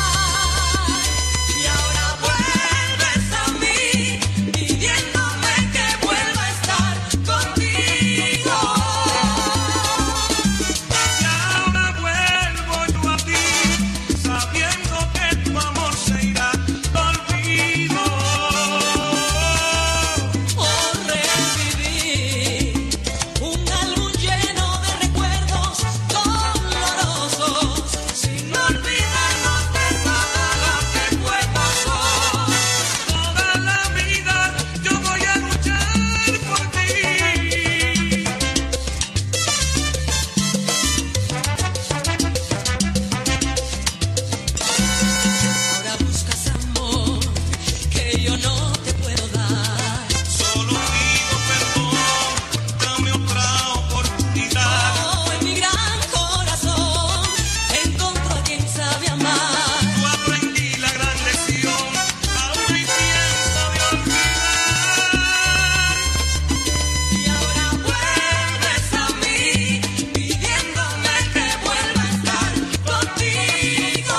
Y ahora vuelves a mí pidiéndome que vuelva a estar contigo. Y ahora vuelvo yo a ti sabiendo que tu amor se irá al olvido. Por revivir un álbum lleno de recuerdos dolorosos, sin olvidarnos de todo lo que fue pasó. Toda la vida yo voy a luchar por ti. Ahora buscas amor que yo no te puedo dar. Solo pido perdón, dame otra oportunidad. Oh, en mi gran corazón encontró a quien sabe amar. Yo aprendí la gran lección, aún hay tiempo de olvidar. Y ahora vuelves a mí pidiéndome que vuelva a estar contigo.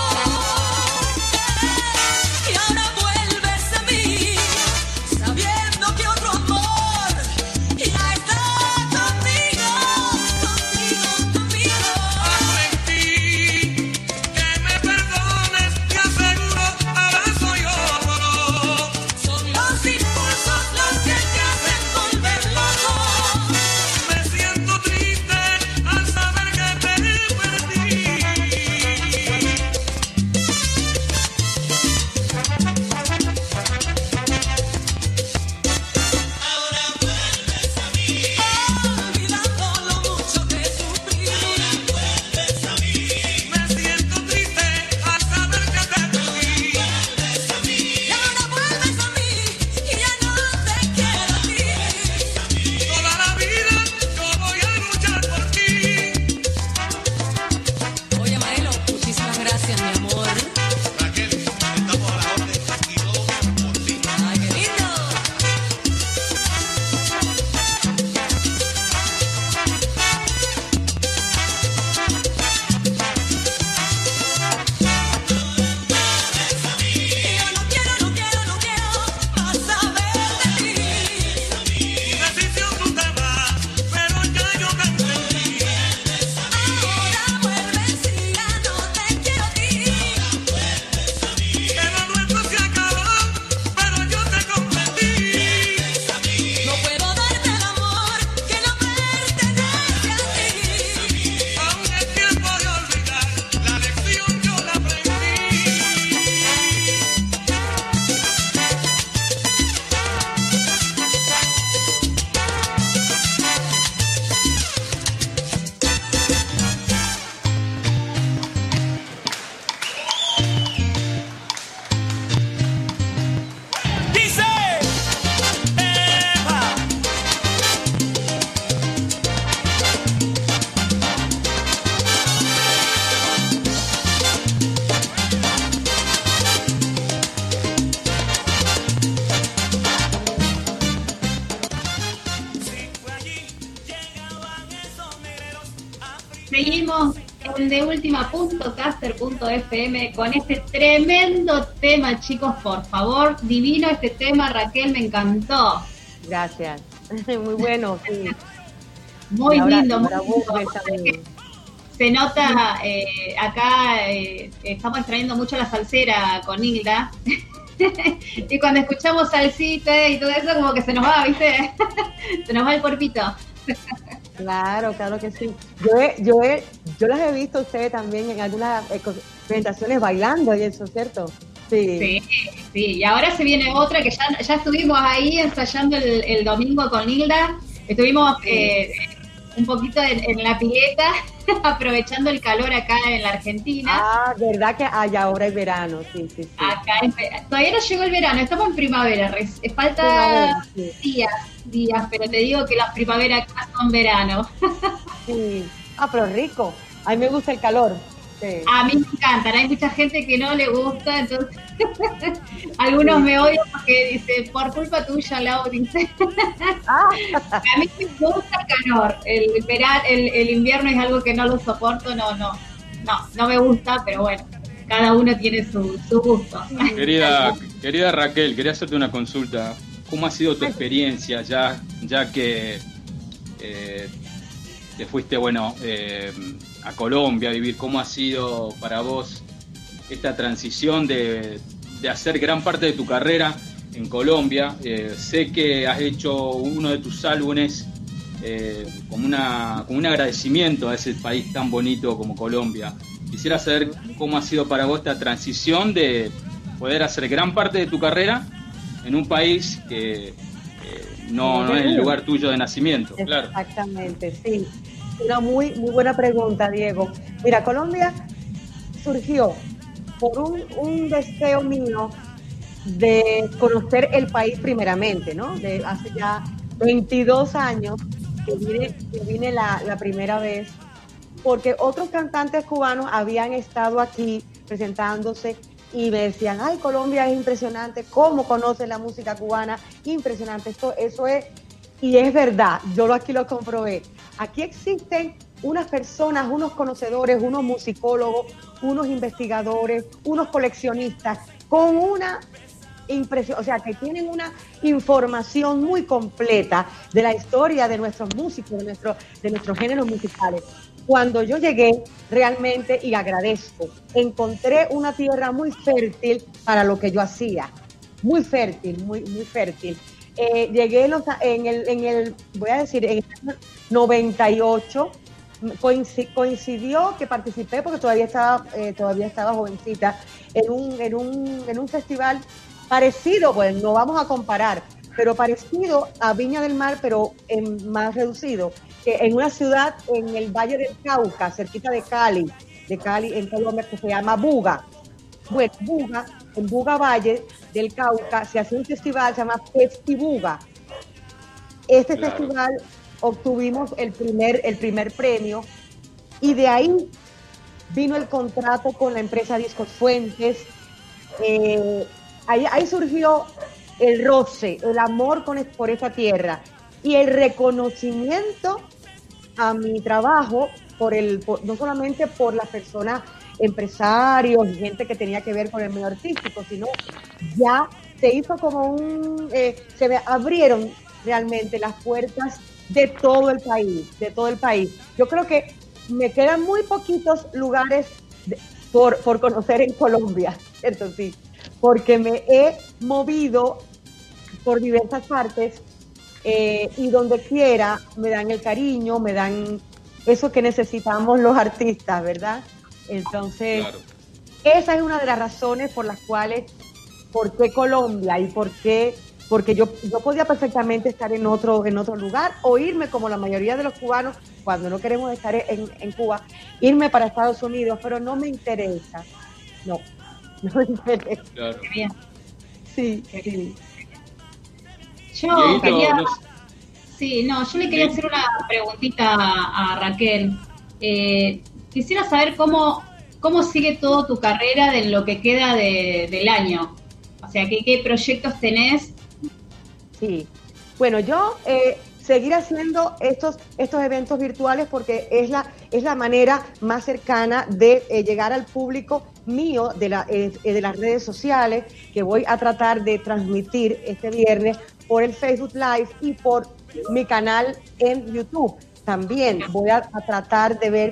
Y ahora vuelves a mí sabiendo que otro amor ya está conmigo, conmigo. Aprendí que me perdones, te aseguro, ahora soy otro. Son los impulsos los que te hacen volver loco. Me siento triste al saber que te perdí. Olvidando lo mucho que sufrí. Me siento triste al saber que te perdí. Y ahora vuelves a mí y ya no te quiero a ti. Toda la vida yo voy a luchar por ti. Oye, Maelo, muchísimas gracias, mi amor. Raquel, estamos a la orden y todo por ti. Ay, qué lindo. Y yo no quiero más saber de ti. Mi decisión tú te vas, pero ya yo te entendí. Ahora vuelves y ya no te quiero a ti. Que lo nuestro se acabó, pero yo te comprendí. No puedo darte el amor que no pertenece a ti. Aún es tiempo de olvidar, la lección yo la aprendí. Dice, Eva. Seguimos en deultima.caster.fm con este tremendo tema, chicos, por favor. Divino este tema, Raquel, me encantó. Gracias. Muy bueno, sí. Muy Y ahora- lindo, muy ahora lindo. vuelves a mí. Se nota, acá estamos extrayendo mucho la salsera con Hilda. Y cuando escuchamos salsita y todo eso, como que se nos va, ¿viste? Se nos va el cuerpito. Claro, claro que sí. Yo las he visto a ustedes también en algunas presentaciones bailando y eso, ¿cierto? Sí. Sí. Y ahora se viene otra que ya estuvimos ahí ensayando el domingo con Hilda. Estuvimos un poquito en la pileta, aprovechando el calor acá en la Argentina. Ah, verdad que allá ahora es verano, sí. Acá todavía no llegó el verano, estamos en primavera, falta días, pero te digo que las primaveras acá son verano. Sí. Ah, pero rico. A mí me gusta el calor. Sí. A mí me encantan, hay mucha gente que no le gusta, entonces algunos me odian porque dicen, por culpa tuya, Lau, dice. A mí me gusta el calor, el invierno es algo que no lo soporto, no me gusta, pero bueno, cada uno tiene su gusto. Querida Raquel, quería hacerte una consulta. ¿Cómo ha sido tu experiencia ya que te fuiste, a Colombia a vivir? ¿Cómo ha sido para vos esta transición de hacer gran parte de tu carrera en Colombia? Sé que has hecho uno de tus álbumes como un agradecimiento a ese país tan bonito como Colombia. Quisiera saber cómo ha sido para vos esta transición de poder hacer gran parte de tu carrera en un país que no es el lugar tuyo de nacimiento. Claro. Exactamente, sí. Una muy buena pregunta, Diego. Mira, Colombia surgió por un deseo mío de conocer el país primeramente, ¿no? De hace ya 22 años que vine la primera vez, porque otros cantantes cubanos habían estado aquí presentándose y me decían, ay, Colombia es impresionante, cómo conoce la música cubana, impresionante, eso es, y es verdad, yo aquí lo comprobé. Aquí existen unas personas, unos conocedores, unos musicólogos, unos investigadores, unos coleccionistas, con una impresión, o sea, que tienen una información muy completa de la historia de nuestros músicos, de nuestros géneros musicales. Cuando yo llegué, realmente, y agradezco, encontré una tierra muy fértil para lo que yo hacía, muy fértil, muy fértil. Llegué en el 98, coincidió que participé, porque todavía estaba jovencita, en un festival parecido, pues no vamos a comparar, pero parecido a Viña del Mar, pero más reducido, que en una ciudad en el Valle del Cauca, cerquita de Cali, en Colombia, que se llama Buga. Bueno, en Buga Valle del Cauca se hace un festival, se llama Festibuga. Este festival obtuvimos el primer premio y de ahí vino el contrato con la empresa Discos Fuentes. Ahí surgió el roce, el amor por esta tierra y el reconocimiento a mi trabajo no solamente por las personas, empresarios y gente que tenía que ver con el medio artístico, sino ya se hizo como se me abrieron realmente las puertas de todo el país. Yo creo que me quedan muy poquitos lugares por conocer en Colombia, ¿cierto? Sí, porque me he movido por diversas partes y donde quiera me dan el cariño, me dan eso que necesitamos los artistas, ¿verdad? Entonces, claro. Esa es una de las razones por las cuales, ¿por qué Colombia? Y porque yo podía perfectamente estar en otro lugar o irme como la mayoría de los cubanos cuando no queremos estar en Cuba, irme para Estados Unidos, pero no me interesa. No me interesa. Claro. Qué bien. Sí. Yo le quería hacer una preguntita a Raquel. Quisiera saber cómo sigue toda tu carrera en lo que queda del año. O sea, ¿qué proyectos tenés? Sí. Bueno, yo seguir haciendo estos eventos virtuales porque es la manera más cercana de llegar al público mío de las redes sociales, que voy a tratar de transmitir este viernes por el Facebook Live y por mi canal en YouTube. También voy a tratar de ver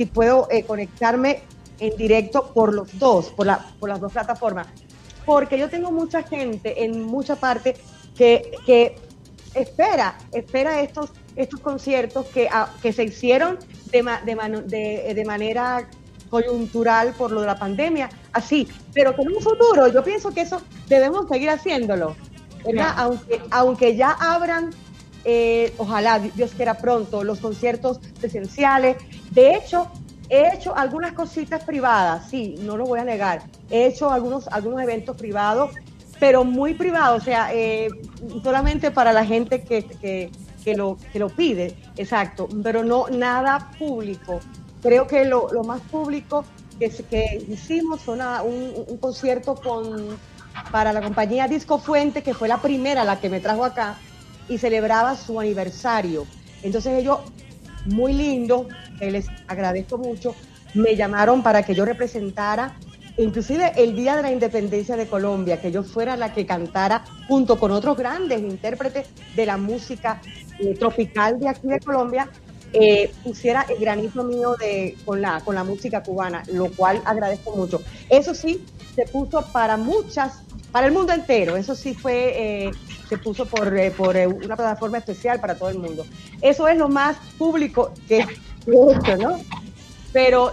si puedo conectarme en directo por los dos, por las dos plataformas, porque yo tengo mucha gente en mucha parte que espera estos conciertos que se hicieron de manera coyuntural por lo de la pandemia, así, pero con un futuro yo pienso que eso debemos seguir haciéndolo, ¿verdad? Aunque ya abran, ojalá Dios quiera pronto, los conciertos presenciales. De hecho, he hecho algunas cositas privadas, sí, no lo voy a negar, he hecho algunos eventos privados, pero muy privados, o sea, solamente para la gente que lo pide, exacto, pero no nada público. Creo que lo más público que hicimos fue un concierto para la compañía Disco Fuente, que fue la primera, la que me trajo acá, y celebraba su aniversario. Entonces ellos, muy lindo, les agradezco mucho, me llamaron para que yo representara, inclusive el Día de la Independencia de Colombia, que yo fuera la que cantara junto con otros grandes intérpretes de la música tropical de aquí de Colombia, pusiera el granito mío con la música cubana, lo cual agradezco mucho. Eso sí, se puso para el mundo entero, eso sí se puso por una plataforma especial para todo el mundo. Eso es lo más público que he hecho, ¿no? Pero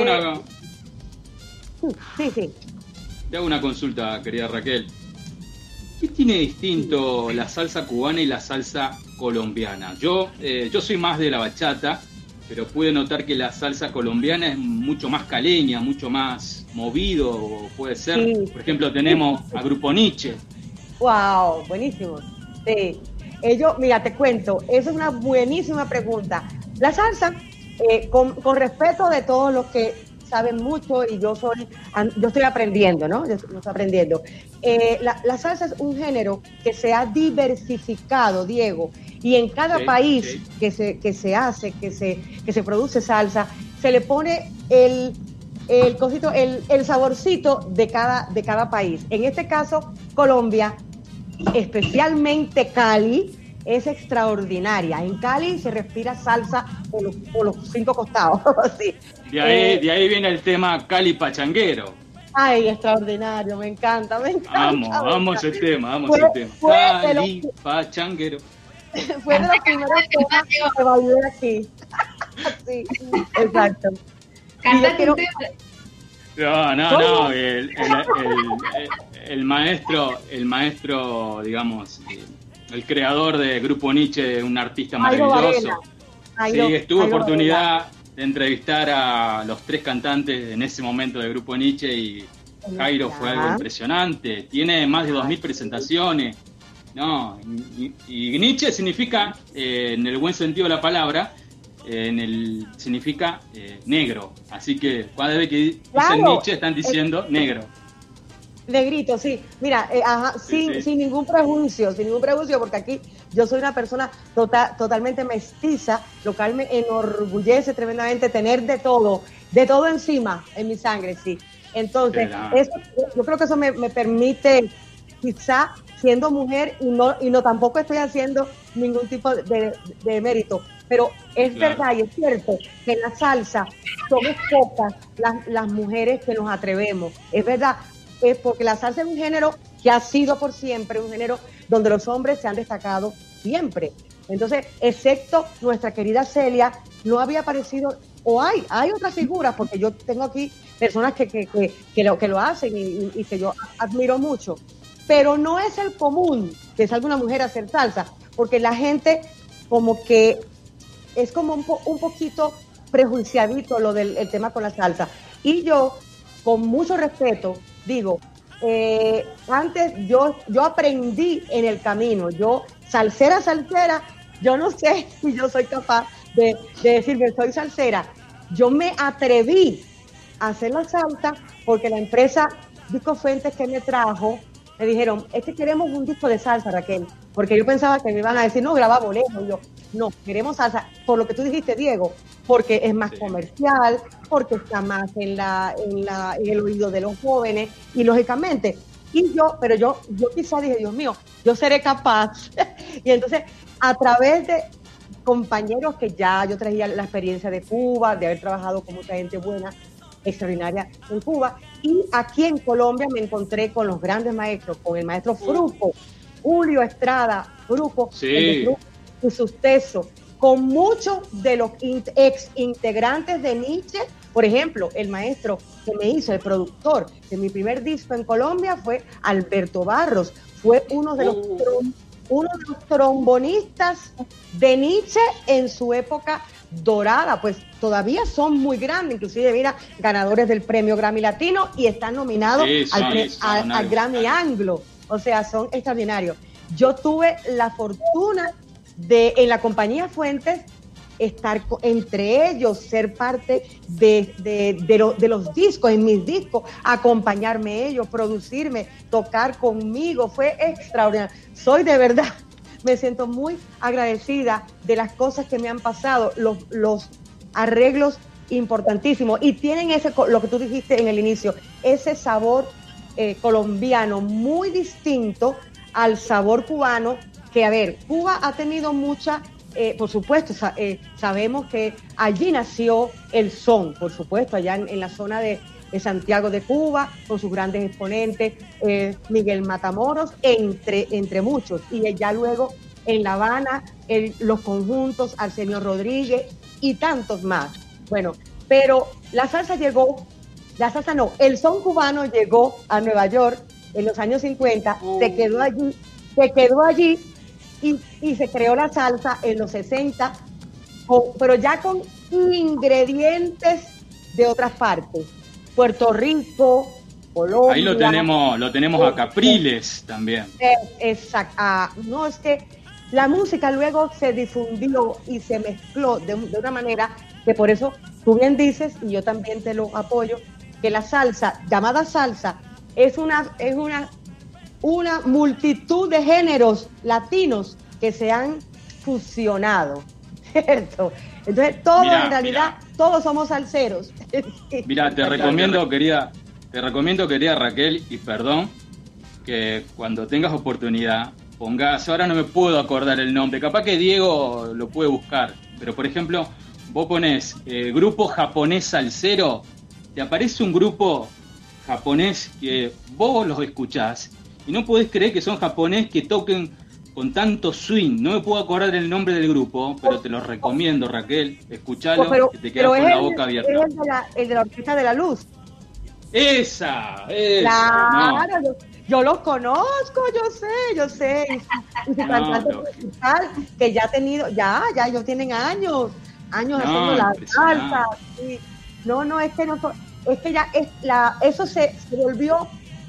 Sí. Te hago una consulta, querida Raquel. ¿Qué tiene distinto la salsa cubana y la salsa colombiana? Yo soy más de la bachata, pero pude notar que la salsa colombiana es mucho más caleña, mucho más movido, puede ser. Sí. Por ejemplo, tenemos a Grupo Nietzsche. ¡Wow! Buenísimo. Sí. Mira, te cuento, esa es una buenísima pregunta. La salsa, con respeto de todos los que saben mucho, y yo estoy aprendiendo, ¿no? Yo estoy aprendiendo. La salsa es un género que se ha diversificado, Diego, y en cada país que se produce salsa, se le pone el saborcito de cada país. En este caso, Colombia, especialmente Cali, es extraordinaria. En Cali se respira salsa por los 5 costados. Sí. De ahí viene el tema Cali Pachanguero. Ay, extraordinario, me encanta. Vamos ese tema. Cali Pachanguero. Fue de los primeros temas que bailé aquí. Sí, exacto. Cántate un tema. No, el maestro, digamos, el creador de Grupo Nietzsche, un artista maravilloso. Tuve oportunidad de entrevistar a los 3 cantantes en ese momento del Grupo Nietzsche, y Jairo fue algo impresionante. Tiene más de 2000 presentaciones. No, y Nietzsche significa, en el buen sentido de la palabra, significa negro. Así que cada vez que dicen Nietzsche están diciendo negro. Negrito, sí. Mira, sin ningún prejuicio, porque aquí yo soy una persona totalmente mestiza, lo cual me enorgullece tremendamente tener de todo encima en mi sangre, sí. Entonces, yo creo que eso me permite, quizá siendo mujer, y no tampoco estoy haciendo ningún tipo de mérito, pero es verdad y es cierto que en la salsa somos pocas las mujeres que nos atrevemos. Es verdad, porque la salsa es un género que ha sido por siempre un género donde los hombres se han destacado siempre. Entonces, excepto nuestra querida Celia, no había aparecido, o hay otras figuras, porque yo tengo aquí personas que lo hacen y que yo admiro mucho, pero no es el común que salga una mujer a hacer salsa, porque la gente como que es como un poquito prejuiciadito lo del el tema con la salsa. Y yo, con mucho respeto, digo, antes yo aprendí en el camino, yo salsera, yo no sé si yo soy capaz de decirme soy salsera. Yo me atreví a hacer la salsa porque la empresa Disco Fuentes que me trajo, me dijeron, es que queremos un disco de salsa, Raquel, porque yo pensaba que me iban a decir, no, graba bolero, y yo, no, queremos salsa, por lo que tú dijiste, Diego, porque es más comercial, porque está más en el oído de los jóvenes, y lógicamente, pero yo quizá dije, Dios mío, yo seré capaz, y entonces, a través compañeros que ya yo traía la experiencia de Cuba, de haber trabajado con mucha gente buena, extraordinaria en Cuba. Y aquí en Colombia me encontré con los grandes maestros, con el maestro Fruco, Julio Estrada Fruco, Sí. el de Fruco y sus tesos, con muchos de los ex integrantes de Nietzsche. Por ejemplo, el maestro que me hizo, el productor de mi primer disco en Colombia fue Alberto Barros, fue uno de los trombonistas de Nietzsche en su época dorada, pues todavía son muy grandes, inclusive mira, ganadores del premio Grammy Latino y están nominados Sí, al Grammy Anglo, o sea, son extraordinarios. Yo tuve la fortuna de, en la compañía Fuentes, estar entre ellos, ser parte de los discos, en mis discos, acompañarme ellos, producirme, tocar conmigo, fue extraordinario. Soy de verdad, me siento muy agradecida de las cosas que me han pasado, los arreglos importantísimos, y tienen ese, lo que tú dijiste en el inicio, ese sabor colombiano muy distinto al sabor cubano, que a ver, Cuba ha tenido mucha... por supuesto, sabemos que allí nació el son, por supuesto, allá en la zona de Santiago de Cuba, con sus grandes exponentes, Miguel Matamoros, entre muchos, y ya luego en La Habana, los conjuntos, Arsenio Rodríguez y tantos más. Bueno, pero la salsa no, el son cubano llegó a Nueva York en los años 50, se quedó allí, y se creó la salsa en los 60, pero ya con ingredientes de otras partes. Puerto Rico, Colombia. Ahí lo tenemos a Capriles también. Exacto. No, es que la música luego se difundió y se mezcló de una manera que por eso tú bien dices, y yo también te lo apoyo, que la salsa, llamada salsa, es una multitud de géneros latinos que se han fusionado, ¿cierto? Entonces, en realidad, todos somos salseros. Mira, te recomiendo, querida Raquel, y perdón, que cuando tengas oportunidad pongas, ahora no me puedo acordar el nombre, capaz que Diego lo puede buscar, pero por ejemplo, vos pones grupo japonés salsero, te aparece un grupo japonés que vos los escuchás y no podés creer que son japonés que toquen con tanto swing. No me puedo acordar el nombre del grupo, pero te lo recomiendo, Raquel. Escuchalo, que te quedas con la boca abierta. Es el de la Orquesta de la Luz. Esa. Claro, no. Yo los conozco, yo sé. Y su cantante principal, que ya ha tenido, ya ellos tienen años haciendo la salsa. Sí. No, es que ya eso se volvió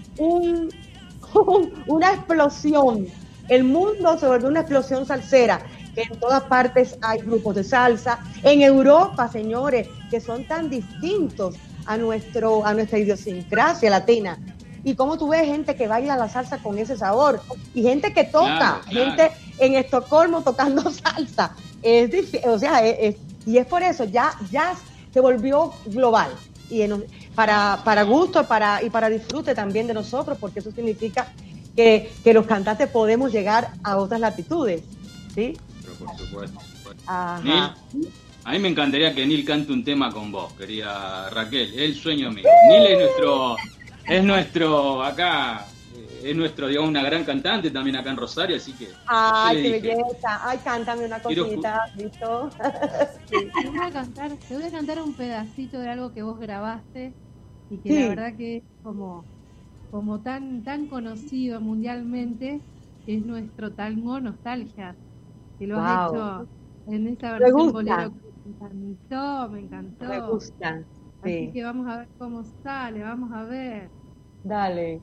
una explosión. El mundo se volvió una explosión salsera, que en todas partes hay grupos de salsa. En Europa, señores, que son tan distintos a nuestra idiosincrasia latina. Y como tú ves gente que baila la salsa con ese sabor, y gente que toca, gente en Estocolmo tocando salsa. Es difícil, o sea, y es por eso, ya se volvió global. Y para gusto y para disfrute también de nosotros, porque eso significa que los cantantes podemos llegar a otras latitudes, ¿sí? Pero por supuesto. Ajá. Neil, a mí me encantaría que Neil cante un tema con vos, querida Raquel, es el sueño mío. Neil es nuestro acá, es nuestro, digamos, una gran cantante también acá en Rosario, así que... Ay, qué belleza. Ay, cántame una cosita, ¿listo? Sí. Te voy a cantar un pedacito de algo que vos grabaste y que la verdad que es como tan conocido mundialmente, es nuestro tango Nostalgia, que lo has hecho en esa versión bolero que me encantó. Me gusta. Así que vamos a ver cómo sale, vamos a ver. Dale.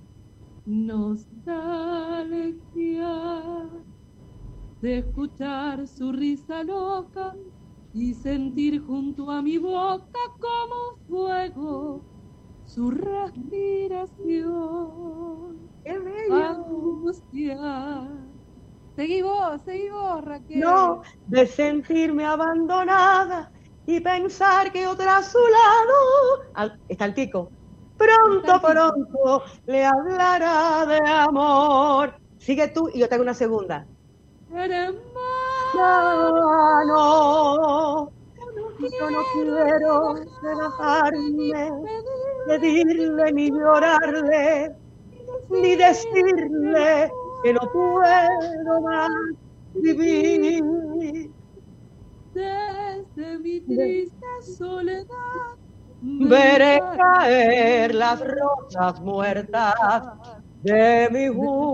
Nostalgia de escuchar su risa loca y sentir junto a mi boca como fuego su respiración. ¡Qué bello! Angustia. Seguí vos, Raquel. No, de sentirme abandonada y pensar que otra a su lado. Está el tico. Pronto le hablará de amor. Sigue tú y yo tengo una segunda. Eres más Ya no, yo no quiero relajarme, pedirle ni llorarle, ni decirle que no puedo más vivir. Desde mi triste soledad Veré caer las rosas muertas de mi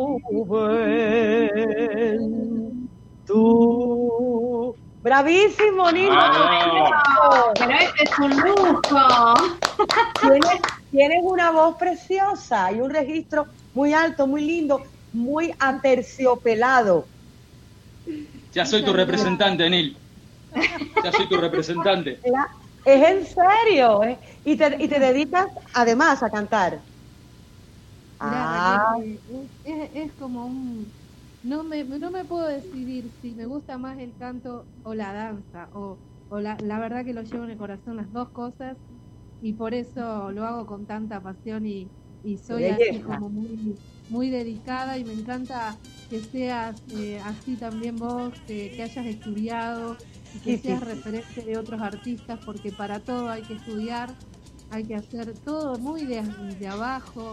juventud. Bravísimo, Nilda. Ah, pero este es un lujo. Tienes una voz preciosa y un registro muy alto, muy lindo, muy aterciopelado. Ya soy tu representante, Nil. Ya soy tu representante. Es en serio, ¿eh? Y te dedicas además a cantar. Mirá, Raquel, es como un... No me puedo decidir si me gusta más el canto o la danza, o la verdad que lo llevo en el corazón las dos cosas, y por eso lo hago con tanta pasión y soy así como muy dedicada, y me encanta que seas así también vos, que hayas estudiado y que seas referente de otros artistas, porque para todo hay que estudiar, hay que hacer todo muy de abajo,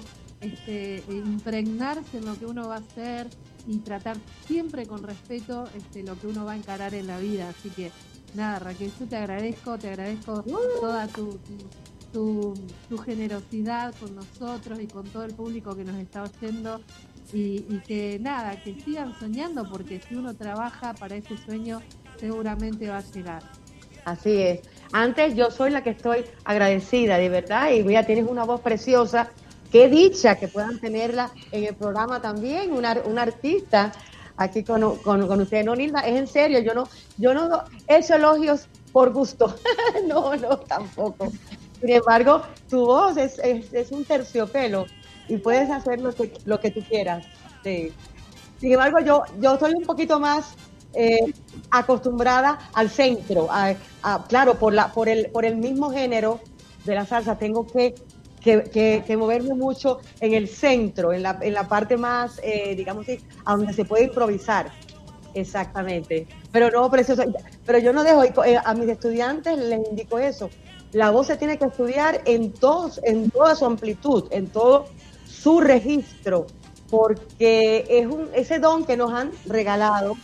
impregnarse en lo que uno va a hacer y tratar siempre con respeto lo que uno va a encarar en la vida. Así que nada, Raquel, yo te agradezco toda tu generosidad con nosotros y con todo el público que nos está oyendo, y que nada, que sigan soñando, porque si uno trabaja para ese sueño seguramente va a llegar. Así es. Antes yo soy la que estoy agradecida, de verdad, y mira, tienes una voz preciosa. Qué dicha que puedan tenerla en el programa también, una artista aquí con ustedes. No, Nilda, es en serio, yo no he hecho elogios por gusto. No, tampoco. Sin embargo, tu voz es un terciopelo y puedes hacer lo que tú quieras. Sí. Sin embargo, yo estoy un poquito más acostumbrada al centro. Claro, por el mismo género de la salsa, tengo que moverme mucho en el centro, en la parte más, digamos así, a donde se puede improvisar. Exactamente. Pero no, precioso. Pero yo no dejo, a mis estudiantes les indico eso. La voz se tiene que estudiar en toda su amplitud, en todo su registro, porque ese don que nos han regalado.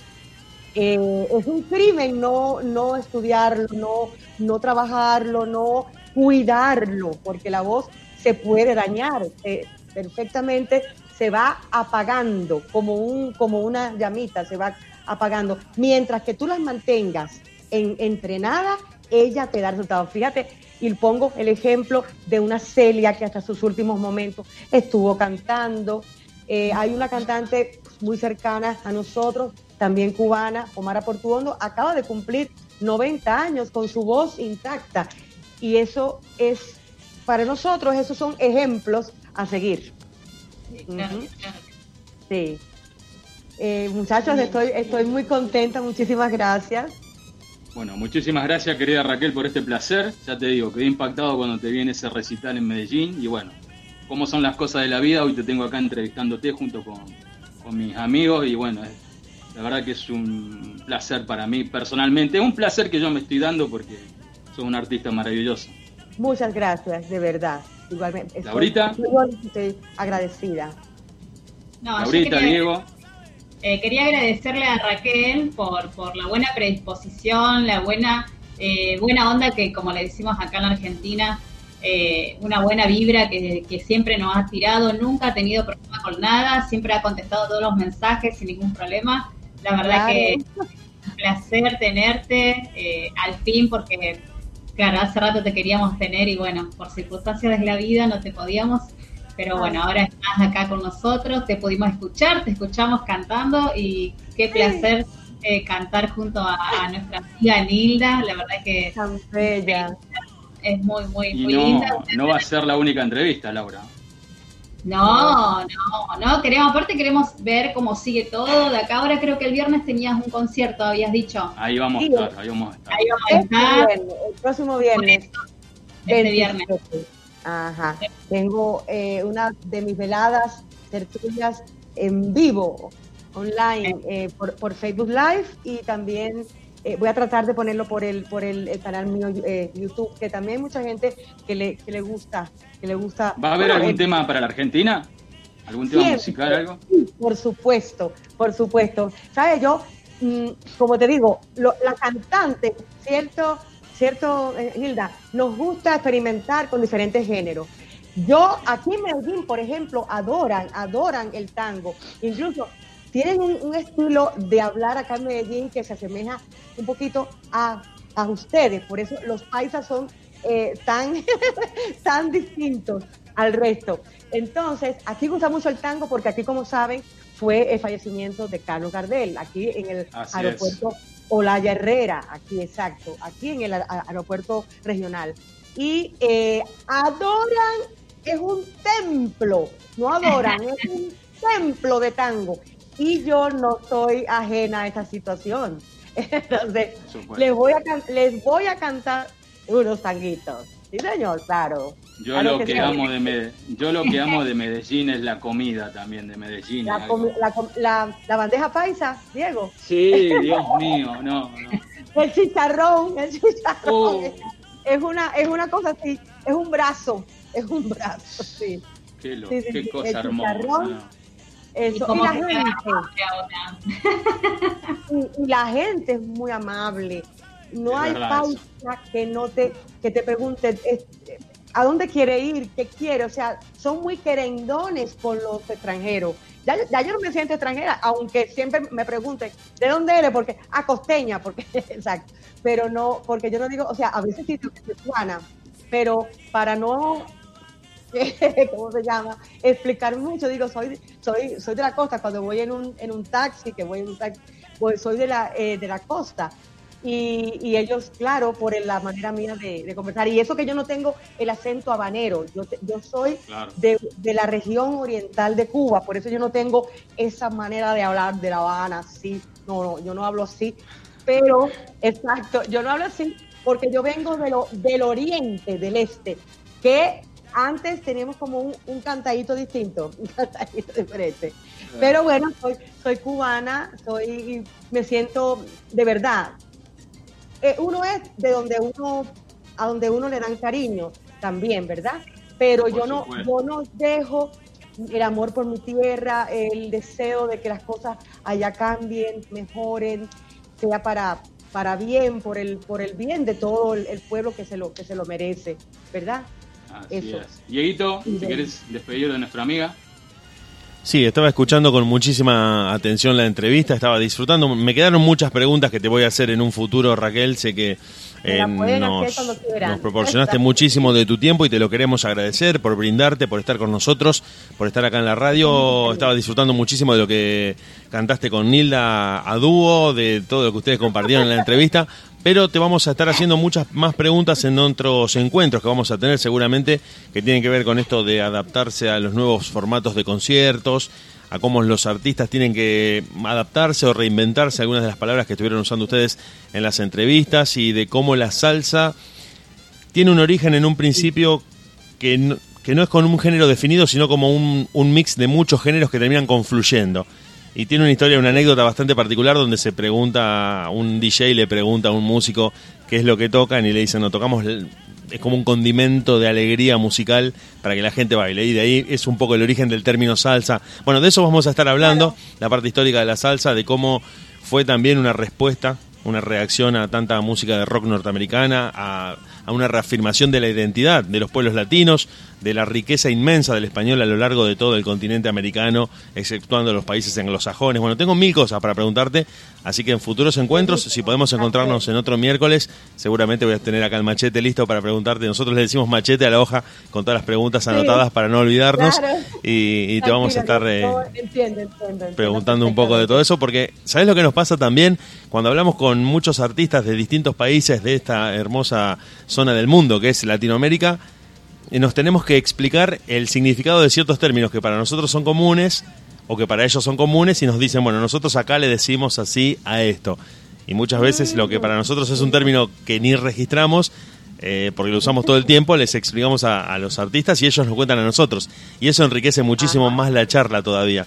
Es un crimen no estudiarlo, no trabajarlo, no cuidarlo, porque la voz se puede dañar, perfectamente se va apagando como una llamita, se va apagando. Mientras que tú las mantengas entrenadas, ella te da resultados. Fíjate, y pongo el ejemplo de una Celia que hasta sus últimos momentos estuvo cantando. Hay una cantante muy cercana a nosotros, también cubana, Omara Portuondo, acaba de cumplir 90 años con su voz intacta. Y eso es, para nosotros, esos son ejemplos a seguir. Sí, claro, claro. Sí. Muchachos, estoy muy contenta, muchísimas gracias. Bueno, muchísimas gracias, querida Raquel, por este placer. Ya te digo, quedé impactado cuando te vi en ese recital en Medellín. Y bueno, cómo son las cosas de la vida, hoy te tengo acá entrevistándote junto con mis amigos. Y bueno, la verdad que es un placer para mí personalmente. Es un placer que yo me estoy dando porque sos un artista maravilloso. Muchas gracias, de verdad. Igualmente. Laurita. Estoy agradecida. No, Laurita, Diego. Quería agradecerle a Raquel por la buena predisposición, la buena onda que, como le decimos acá en la Argentina, una buena vibra que siempre nos ha tirado, nunca ha tenido problema con nada, siempre ha contestado todos los mensajes sin ningún problema. La verdad que es un placer tenerte al fin, porque claro, hace rato te queríamos tener y bueno, por circunstancias de la vida no te podíamos. Pero bueno, ahora estás acá con nosotros, te pudimos escuchar, te escuchamos cantando y qué placer cantar junto a nuestra amiga Nilda. La verdad que tan bella. Es muy, muy, muy no, linda. No va a ser la única entrevista, Laura. No, aparte queremos ver cómo sigue todo. De acá ahora creo que el viernes tenías un concierto, habías dicho. Ahí vamos a estar, ahí vamos a estar. Ahí vamos a estar. El próximo viernes. Este viernes. Ajá. Tengo una de mis veladas tertulias en vivo online por Facebook Live, y también voy a tratar de ponerlo por el canal mío YouTube, que también hay mucha gente que le gusta. ¿Va a haber algún tema para la Argentina? ¿Algún tema musical, algo? Por supuesto. ¿Sabes? Yo, como te digo, la cantante, ¿cierto, Hilda? Nos gusta experimentar con diferentes géneros. Yo, aquí en Medellín, por ejemplo, adoran el tango. Incluso tienen un estilo de hablar acá en Medellín que se asemeja un poquito a ustedes. Por eso los paisas son tan distintos al resto. Entonces, aquí gusta mucho el tango porque aquí, como saben, fue el fallecimiento de Carlos Gardel, aquí en el aeropuerto Olaya Herrera, aquí en el aeropuerto regional. Y adoran, es un templo, no adoran, es un templo de tango. Y yo no soy ajena a esa situación. Entonces, les voy a cantar unos tanguitos. Sí, señor, claro. Yo lo que amo de Medellín es la comida también de Medellín. La bandeja paisa, Diego. Sí, Dios mío, no. El chicharrón. Es una cosa así, es un brazo, sí. Qué cosa hermosa. Eso. Y la gente es muy amable. No hay paisa que te pregunte ¿a dónde quiere ir? ¿Qué quiere? O sea, son muy querendones con los extranjeros. Ya yo no me siento extranjera, aunque siempre me pregunten, ¿de dónde eres? Porque, costeña, porque, exacto. Pero no, porque yo no digo, o sea, a veces sí soy cubana, pero para no, ¿cómo se llama? Explicar mucho, digo, soy de la costa. Cuando voy en un taxi, pues soy de la costa. Y ellos, claro, por la manera mía de conversar. Y eso que yo no tengo el acento habanero. Yo soy de la región oriental de Cuba, por eso yo no tengo esa manera de hablar de La Habana, sí. No, yo no hablo así. Pero, exacto, yo no hablo así porque yo vengo del oriente, del este, que antes teníamos como un cantadito distinto, un cantadito diferente. Pero bueno, soy cubana, me siento de verdad. Uno es a donde uno le dan cariño también, ¿verdad? Pero yo no dejo el amor por mi tierra, el deseo de que las cosas allá cambien, mejoren, sea para bien, por el bien de todo el pueblo que se lo merece, ¿verdad? Así es. Dieguito, si querés despedir de nuestra amiga. Sí, estaba escuchando con muchísima atención la entrevista, estaba disfrutando. Me quedaron muchas preguntas que te voy a hacer en un futuro, Raquel. Sé que nos proporcionaste muchísimo de tu tiempo y te lo queremos agradecer por brindarte, por estar con nosotros, por estar acá en la radio. Estaba disfrutando muchísimo de lo que cantaste con Nilda a dúo, de todo lo que ustedes compartieron en la entrevista. Pero te vamos a estar haciendo muchas más preguntas en otros encuentros que vamos a tener seguramente, que tienen que ver con esto de adaptarse a los nuevos formatos de conciertos, a cómo los artistas tienen que adaptarse o reinventarse algunas de las palabras que estuvieron usando ustedes en las entrevistas, y de cómo la salsa tiene un origen en un principio que no es con un género definido, sino como un mix de muchos géneros que terminan confluyendo. Y tiene una historia, una anécdota bastante particular donde se pregunta, un DJ le pregunta a un músico qué es lo que tocan y le dicen, no, tocamos, es como un condimento de alegría musical para que la gente baile. Y de ahí es un poco el origen del término salsa. Bueno, de eso vamos a estar hablando, la parte histórica de la salsa, de cómo fue también una respuesta, una reacción a tanta música de rock norteamericana, a una reafirmación de la identidad de los pueblos latinos, de la riqueza inmensa del español a lo largo de todo el continente americano, exceptuando los países anglosajones. Bueno, tengo 1000 cosas para preguntarte, así que en futuros encuentros, si podemos encontrarnos en otro miércoles, seguramente voy a tener acá el machete listo para preguntarte. Nosotros le decimos machete a la hoja con todas las preguntas anotadas para no olvidarnos, claro. y te vamos a estar preguntando un poco de todo eso, porque ¿sabes lo que nos pasa también? Cuando hablamos con muchos artistas de distintos países de esta hermosa zona del mundo que es Latinoamérica, nos tenemos que explicar el significado de ciertos términos que para nosotros son comunes o que para ellos son comunes, y nos dicen, bueno, nosotros acá le decimos así a esto. Y muchas veces lo que para nosotros es un término que ni registramos, porque lo usamos todo el tiempo, les explicamos a los artistas y ellos nos cuentan a nosotros. Y eso enriquece muchísimo más la charla todavía.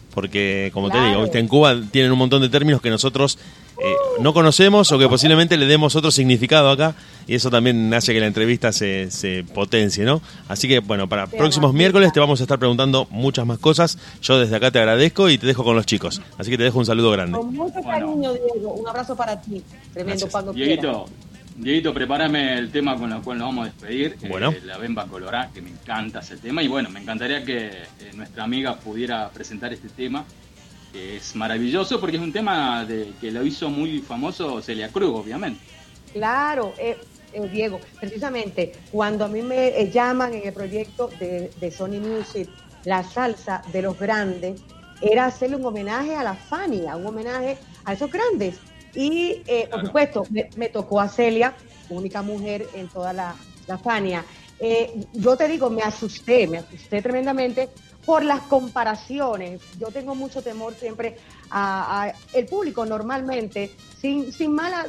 porque como te Claro. digo, ¿viste? En Cuba tienen un montón de términos que nosotros no conocemos o que posiblemente le demos otro significado acá, y eso también hace que la entrevista se potencie, ¿no? Así que, bueno, para próximos miércoles te vamos a estar preguntando muchas más cosas. Yo desde acá te agradezco y te dejo con los chicos. Así que te dejo un saludo grande. Con mucho cariño, Diego. Un abrazo para ti. Tremendo, Gracias. cuando quieras. Dieguito, prepárame el tema con el cual nos vamos a despedir. Bueno. La Bemba Colorá, que me encanta ese tema. Y bueno, me encantaría que nuestra amiga pudiera presentar este tema, que es maravilloso porque es un tema que lo hizo muy famoso Celia Cruz, obviamente. Claro, Diego, precisamente cuando a mí me llaman en el proyecto de Sony Music, la salsa de los grandes, era hacerle un homenaje a la Fania, un homenaje a esos grandes. Y, por supuesto, me tocó a Celia, única mujer en toda la Fania. Yo te digo, me asusté tremendamente por las comparaciones. Yo tengo mucho temor siempre a el público normalmente, sin mala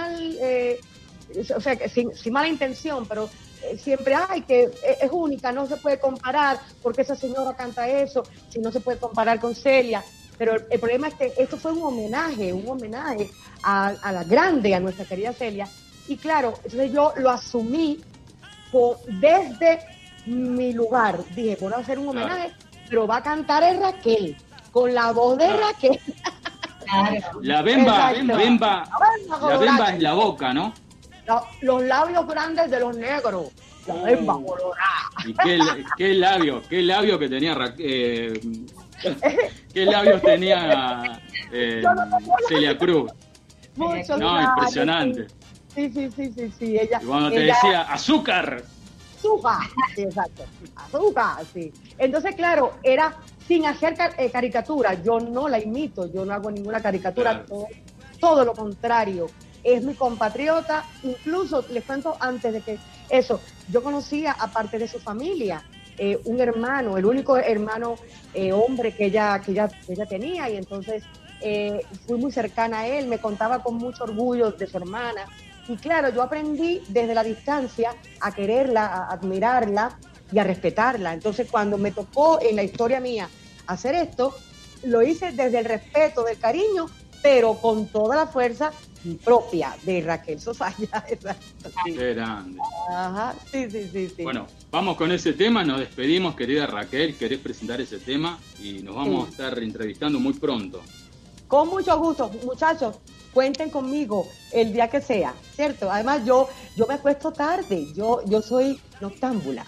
intención, pero siempre hay que es única, no se puede comparar porque esa señora canta eso, si no se puede comparar con Celia. Pero el problema es que esto fue un homenaje a la grande, a nuestra querida Celia. Y claro, entonces yo lo asumí desde mi lugar. Dije, voy a hacer un homenaje, pero va a cantar es Raquel, con la voz de Raquel. La Bemba, Exacto. la Bemba es la boca, ¿no? Los labios grandes de los negros. La Bemba colorada. Y qué labio que tenía qué labios tenía Celia Cruz. Muchos No, labios, impresionante. Sí. Ella, Y cuando te ella- decía azúcar. Azúcar, sí, exacto. Azúcar, sí. Entonces, claro, era sin hacer caricatura. Yo no la imito, yo no hago ninguna caricatura. Claro. Todo lo contrario. Es mi compatriota. Incluso, les cuento antes de que eso, yo conocía, aparte de su familia, un hermano, el único hermano hombre que ella tenía, y entonces fui muy cercana a él, me contaba con mucho orgullo de su hermana. Y claro, yo aprendí desde la distancia a quererla, a admirarla y a respetarla. Entonces, cuando me tocó en la historia mía hacer esto, lo hice desde el respeto, del cariño, pero con toda la fuerza propia de Raquel Sofaya. Exacto, sí. Qué grande. Ajá, sí. Bueno, vamos con ese tema, nos despedimos, querida Raquel, querés presentar ese tema y nos vamos a estar entrevistando muy pronto. Con mucho gusto, muchachos, cuenten conmigo el día que sea, ¿cierto? Además, yo me acuesto tarde, yo soy noctámbula.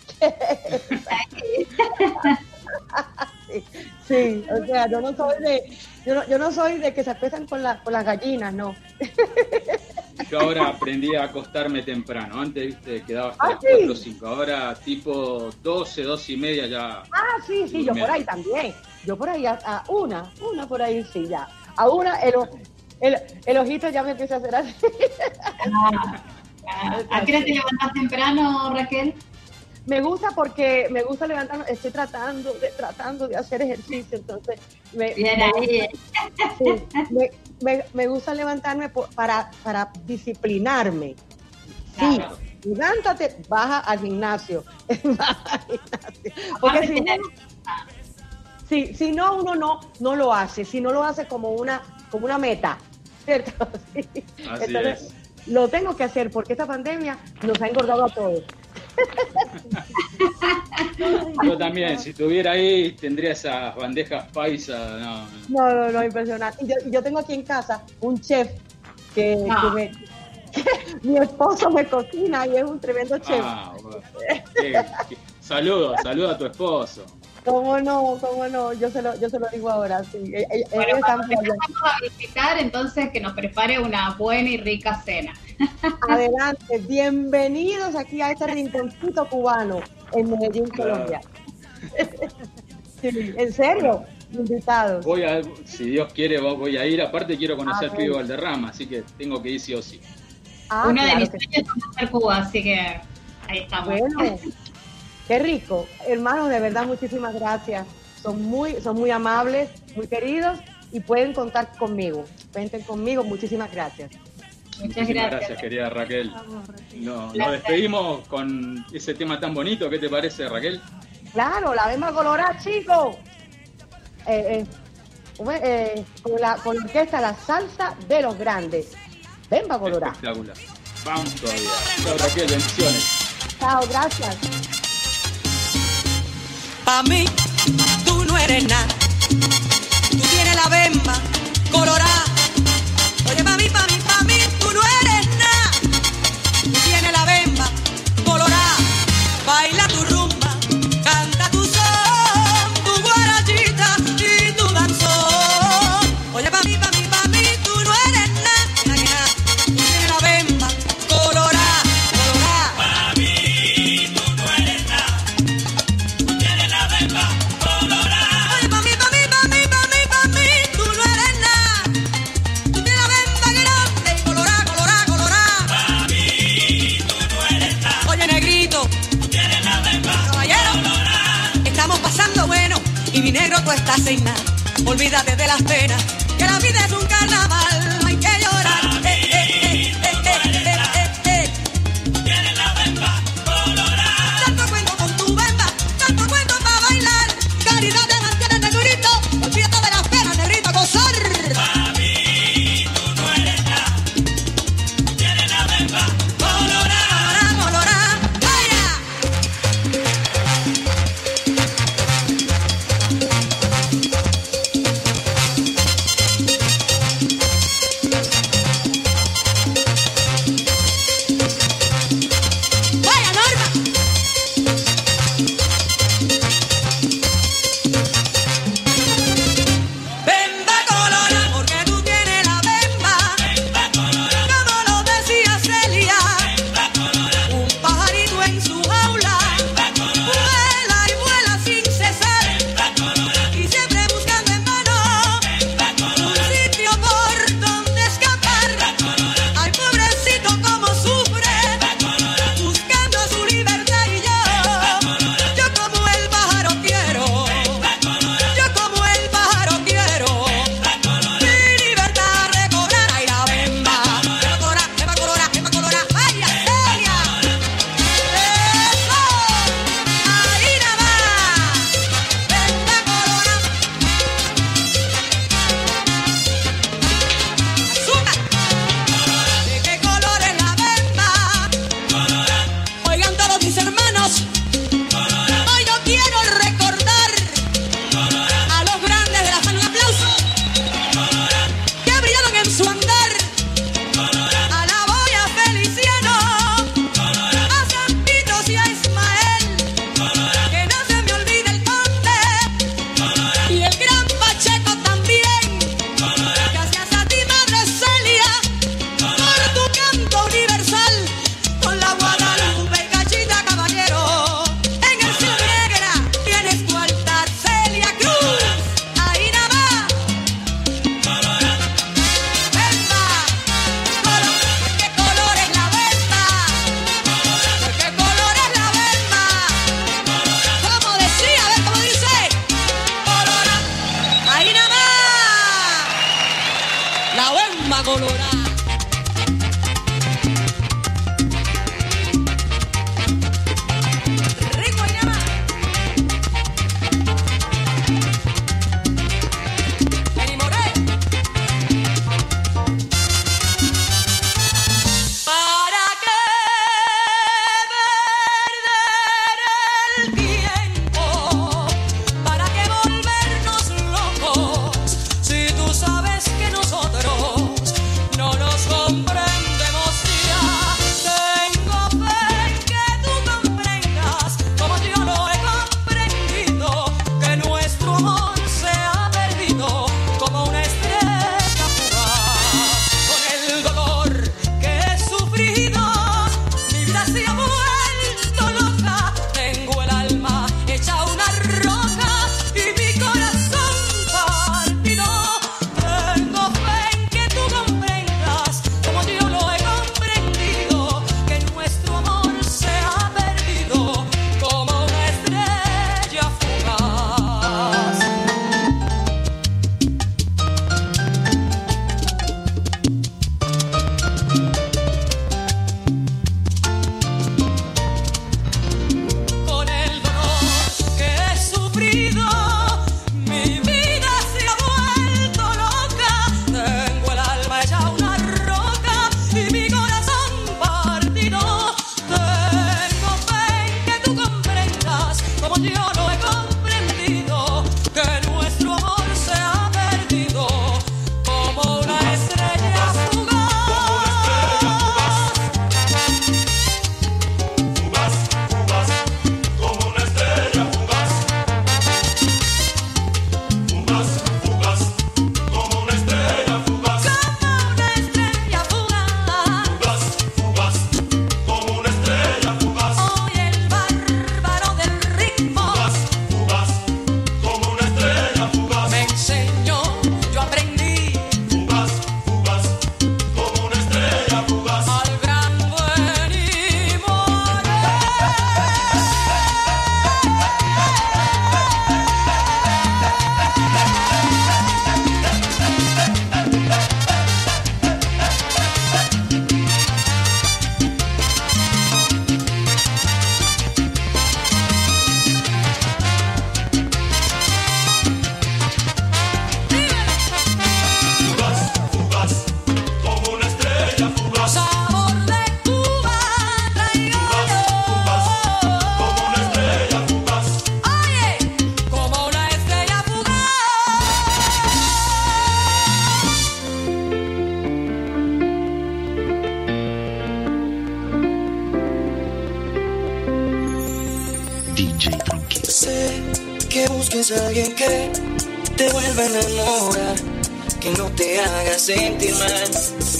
Sí, o sea, yo no soy de que se acuestan con las gallinas, no. Yo ahora aprendí a acostarme temprano, antes viste quedaba hasta las sí. 4 o 5, ahora tipo 12, 12 y media ya. Sí, yo por ahí también. Yo por ahí a una por ahí sí, ya. A una el ojito ya me empieza a hacer así. ¿A qué hora te levantás temprano, Raquel? Me gusta porque me gusta levantarme, estoy tratando de hacer ejercicio, entonces Bien ahí. me gusta levantarme para disciplinarme. Sí, Claro. levántate, baja al gimnasio. Porque si no, uno no lo hace, si no lo hace como una meta, ¿cierto? Sí. Así Entonces, es. lo tengo que hacer porque esta pandemia nos ha engordado a todos. Yo también, si estuviera ahí, tendría esas bandejas paisa. No, impresionante. Y yo tengo aquí en casa un chef que mi esposo me cocina y es un tremendo chef. Bueno. Saludo a tu esposo. ¿Cómo no? Yo se lo digo ahora, sí. Bueno, Ellos cuando están te por allá. vamos a visitar, entonces que nos prepare una buena y rica cena. Adelante, bienvenidos aquí a este rinconcito cubano en Medellín, Colombia. Sí, en serio, invitados. Si Dios quiere, voy a ir. Aparte, quiero conocer bueno. Pío Valderrama, así que tengo que ir sí o sí. Uno de Claro mis que sí. sueños es conocer Cuba, así que ahí estamos. Bueno, qué rico. Hermanos, de verdad, muchísimas gracias. Son muy amables, muy queridos y pueden contar conmigo. Cuenten conmigo, muchísimas gracias. Muchas Muchísimas gracias. querida Raquel. Vamos, Raquel. Nos Gracias. despedimos con ese tema tan bonito. ¿Qué te parece, Raquel? Claro, la Bemba Colorada, chicos. con la orquesta La Salsa de los Grandes. Bemba Colorá. Espectacular. Vamos todavía. Chao, Raquel, bendiciones. Chao, gracias. Pa' mí, tú no eres nada. Tú tienes la bemba colorada. Oye, pa' mí, tú no eres nada. Tú tienes la bemba colorada. Baila tu rumba, canta tu son, tu guarachita y tu danzón. Oye, pa' mí, tú no eres nada. Tú tienes la bemba colorada, colorada. Pa' mí, tú no eres nada. Tú tienes la bemba colorada. Oye, pa' mí, tú no eres nada. Tú tienes la bemba grande y colorada, colorada, colorada. Pa' mí, tú no eres nada. Oye, negrito, tú tienes la bemba caballero colorada. Estamos pasando bueno y mi negro tú estás sin nada. Olvídate de las penas, que la vida es un carnaval, hay que llorar. Tienes la bemba colorada. Tanto cuento con tu bemba, tanto cuento para bailar. Caridad te mantiene, negrito, olvídate de las penas, negrito, a gozar. Pa' mí tú no eres nada. Tienes la bemba colorada, colorada, vaya. como yo lo he comprendido, que nuestro amor se ha perdido como una estrella fugaz. Fugaz, fugaz, como una estrella fugaz. Fugaz, fugaz, como una estrella fugaz. Como una estrella fugaz. Fugaz, fugaz, como una estrella fugaz. Hoy el bárbaro del ritmo Fugaz, fugaz, como una estrella fugaz. me enseñó, yo aprendí Fugaz, fugaz, como una estrella fugaz. al gran Benny Moré. Fugaz, fugaz, como una estrella fugaz. Sabor de Cuba traigo Fugaz, yo. como una estrella fugaz. Oye, como una estrella fugaz. DJ Tranquilo. Sé que busques a alguien que te vuelva a enamorar, que no te haga sentir mal.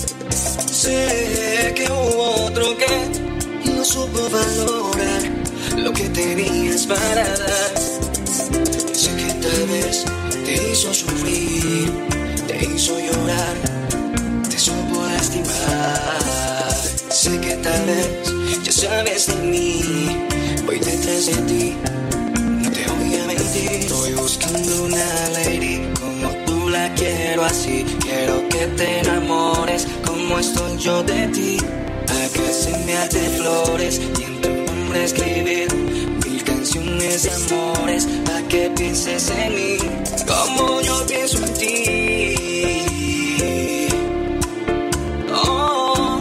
Sé que hubo otro que no supo valorar lo que tenías para dar. Sé que tal vez te hizo sufrir, te hizo llorar, te supo lastimar. Sé que tal vez ya sabes de mí, voy detrás de ti, no te voy a mentir. Estoy buscando una lady como tú la quiero así. Quiero que te enamores como estoy yo de ti. Acá enviarte flores y en tu nombre escribir 1000 canciones de amores para que pienses en mí como yo pienso en ti. Oh,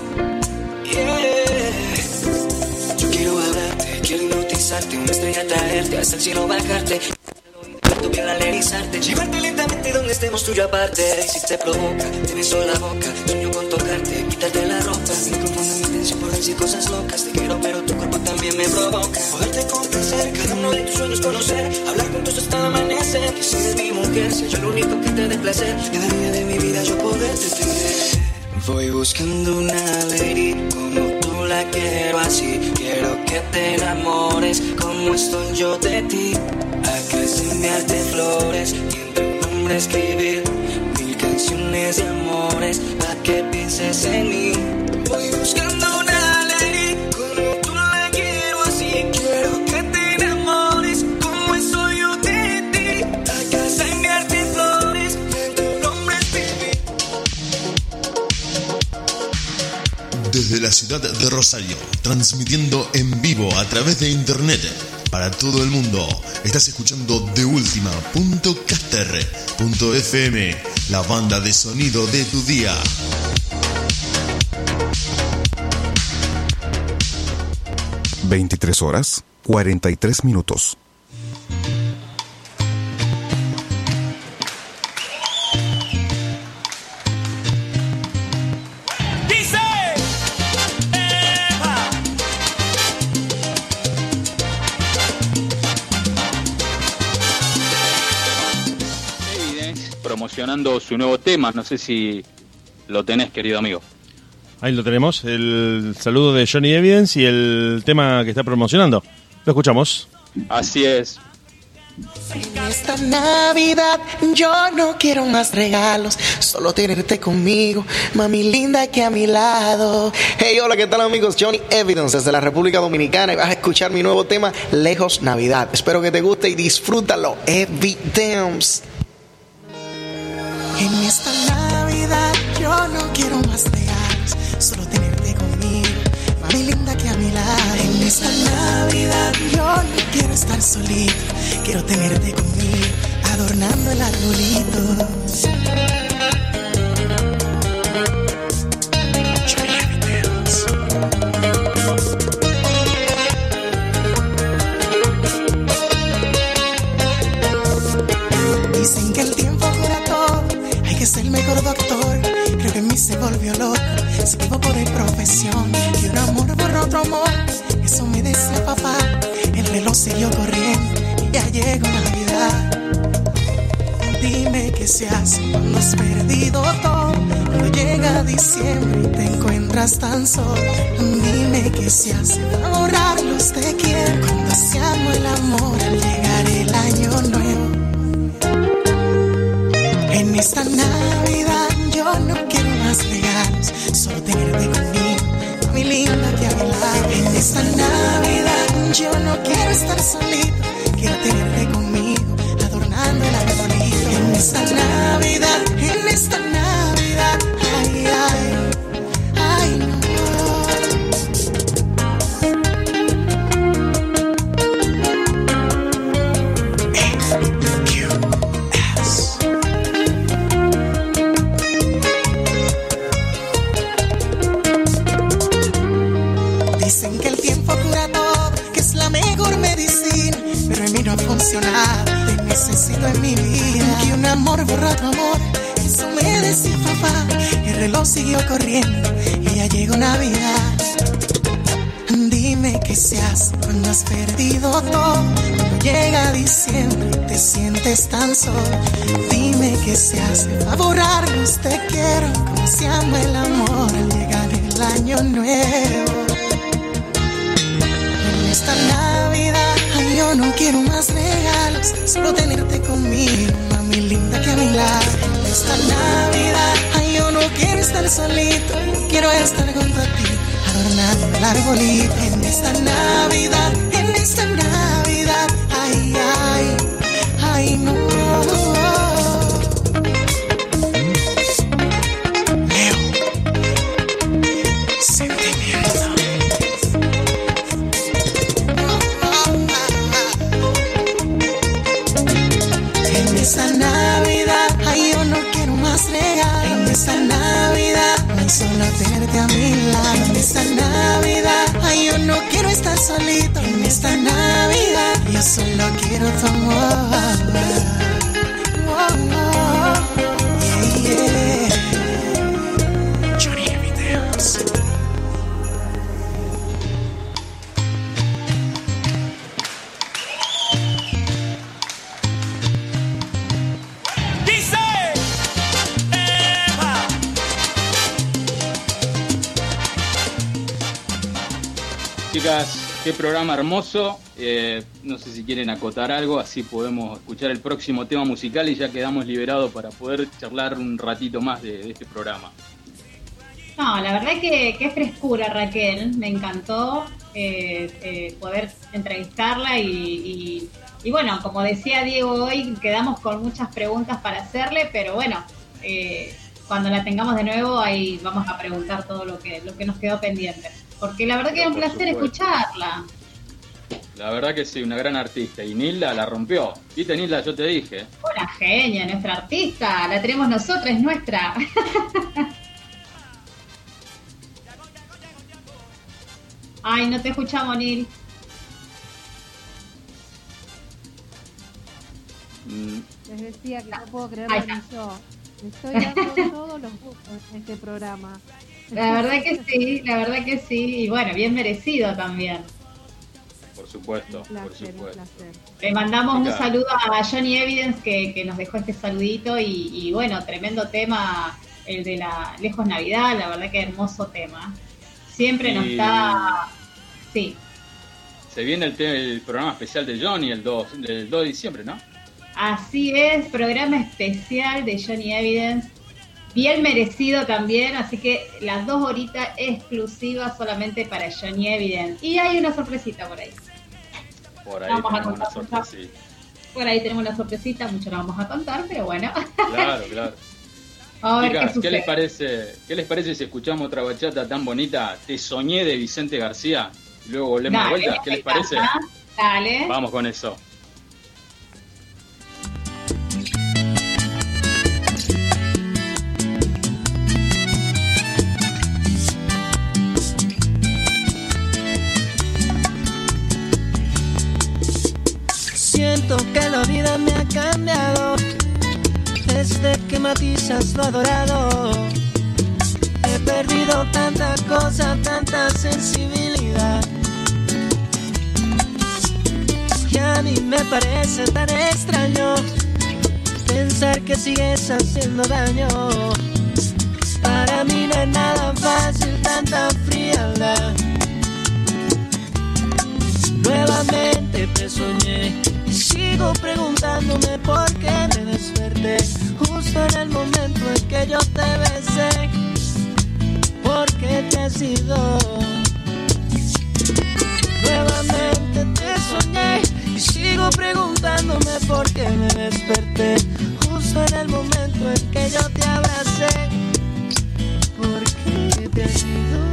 yeah. Yo quiero hablarte, quiero hipnotizarte, una estrella traerte, hasta el cielo bajarte, tu piel alerizarte, llevarte lentamente donde estemos tú y yo aparte. Y si te provoca, te beso la boca, sueño con tocarte, quitarte la ropa. Me confundo mi intención por decir cosas locas. Te quiero pero tu cuerpo también me provoca. Poderte complacer, cada uno de tus sueños conocer, hablar juntos hasta el amanecer. Que si eres mi mujer, soy yo lo único que te dé placer. Cada día de mi vida yo poderte tener. Voy buscando una lady como tú la quiero así. Quiero que te enamores como estoy yo de ti. Acá es enviarte flores y en tu nombre escribir 1000 canciones de amores para que pienses en mí. Voy buscando una lady como tú la quiero así. Quiero que te enamores como estoy yo de ti. Acá es enviarte flores y en tu nombre escribir. Desde la ciudad de Rosario, transmitiendo en vivo a través de internet para todo el mundo. Estás escuchando deultima.caster.fm, la banda de sonido de tu día. (23:43). Dice, Eva. Evidence promocionando su nuevo tema, no sé si lo tenés, querido amigo. Ahí lo tenemos, el saludo de Johnny Evidence y el tema que está promocionando. Lo escuchamos. Así es. En esta Navidad yo no quiero más regalos, solo tenerte conmigo, mami linda que a mi lado. Hey, hola, ¿qué tal amigos? Johnny Evidence desde la República Dominicana y vas a escuchar mi nuevo tema, Lejos Navidad. Espero que te guste y disfrútalo, Evidence. En esta Navidad yo no quiero más regalos, solo tenerte conmigo, mami linda que a mi lado. En esta Navidad yo no quiero estar solito, quiero tenerte conmigo, adornando el arbolito. siguió corriendo y ya llegó Navidad. Dime qué se hace cuando has perdido todo, cuando llega diciembre y te encuentras tan solo. Dime qué se hace para borrar los te quiero, cuando se amo el amor al llegar el año nuevo. En esta Navidad yo no quiero más regalos, solo tenerte conmigo, mi linda que a mi lado. En esta Navidad yo no quiero estar solito, quiero tenerte conmigo, adornando el arbolito. En esta Navidad, ay, ay, ay, no. Dicen que el tiempo cura todo, que es la mejor medicina, pero en mí no ha funcionado. Te necesito en mi vida, que un amor borra otro amor, eso me decía papá. El reloj siguió corriendo y ya llegó Navidad. Dime qué se hace cuando has perdido todo, cuando llega diciembre y te sientes tan solo. Dime qué se hace para borrar los te quiero, como se ama el amor al llegar el año nuevo. En esta Navidad ay, yo no quiero más regalos, solo tenerte conmigo, mami linda que a mi lado. En esta Navidad ay, yo no quiero estar solito, quiero estar junto a ti, adornando el arbolito. En esta Navidad, ay, ay, ay, no. Leo, sentimiento. En esta Navidad, ay, yo no quiero más regalos. En esta Navidad, ay, solo tenerte a mi lado. En esta Navidad, ay, yo no quiero estar solito. En esta Navidad, yo solo quiero tu amor. Yeah, yeah. Johnny Evidence. Chicas, qué programa hermoso. No sé si quieren acotar algo, así podemos escuchar el próximo tema musical y ya quedamos liberados para poder charlar un ratito más de este programa. No, la verdad que es frescura, Raquel. Me encantó poder entrevistarla y bueno, como decía Diego hoy, quedamos con muchas preguntas para hacerle, pero bueno, cuando la tengamos de nuevo ahí vamos a preguntar todo lo que nos quedó pendiente. Porque la verdad que era un placer escucharla. La verdad que sí, una gran artista. Y Nilda la rompió. ¿Viste, Nilda? Yo te dije. Una genia, nuestra artista. La tenemos nosotros, es nuestra. Ay, no te escuchamos, Nil. Les decía que no puedo creerlo ni yo. Estoy dando todos los gustos en este programa. La verdad que sí. Y bueno, bien merecido también. Por supuesto, placer, por supuesto. Le mandamos un saludo a Johnny Evidence que nos dejó este saludito y bueno, tremendo tema el de la Lejos Navidad, la verdad que hermoso tema. Siempre nos está... Sí. Se viene el programa especial de Johnny el 2 de diciembre, ¿no? Así es, programa especial de Johnny Evidence. Bien merecido también, así que las 2 horitas exclusivas solamente para Johnny Evidence. Y hay una sorpresita por ahí. Por ahí vamos tenemos a contar una sorpresita. Por ahí tenemos una sorpresita, mucho no vamos a contar, pero bueno. Claro. A ver Chicas, qué ¿qué les parece si escuchamos otra bachata tan bonita? Te soñé de Vicente García. Y luego volvemos de vuelta. ¿Qué les parece? Dale. Vamos con eso. Siento que la vida me ha cambiado desde que matizas lo adorado. He perdido tanta cosa, tanta sensibilidad. a mí me parece tan extraño pensar que sigues haciendo daño. Para mí no es nada fácil tanta frialdad. Nuevamente te soñé y sigo preguntándome por qué me desperté justo en el momento en que yo te besé. ¿Por qué te has ido? Nuevamente te soñé y sigo preguntándome por qué me desperté justo en el momento en que yo te abracé. ¿Por qué te has ido?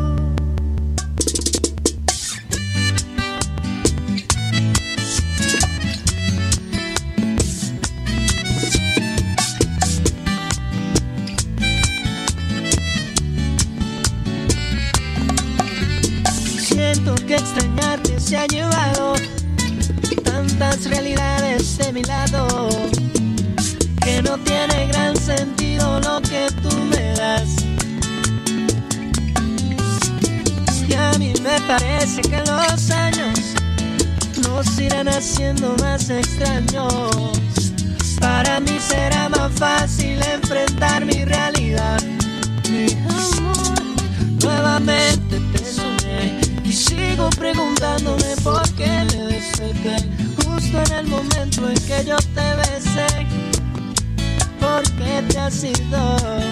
Siento que extrañarte se ha llevado tantas realidades de mi lado, que no tiene gran sentido lo que tú me das. Y a mí me parece que los años nos irán haciendo más extraños. Para mí será más fácil enfrentar mi realidad. Mi amor, nuevamente te soñé y sigo preguntándome por qué me desperté justo en el momento en que yo te besé. ¿Por qué te has ido?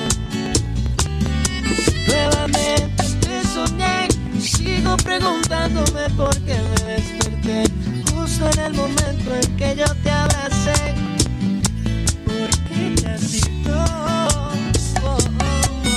Nuevamente te soñé y sigo preguntándome por qué me desperté justo en el momento en que yo te abracé. ¿Por qué te has ido? Oh, oh, oh.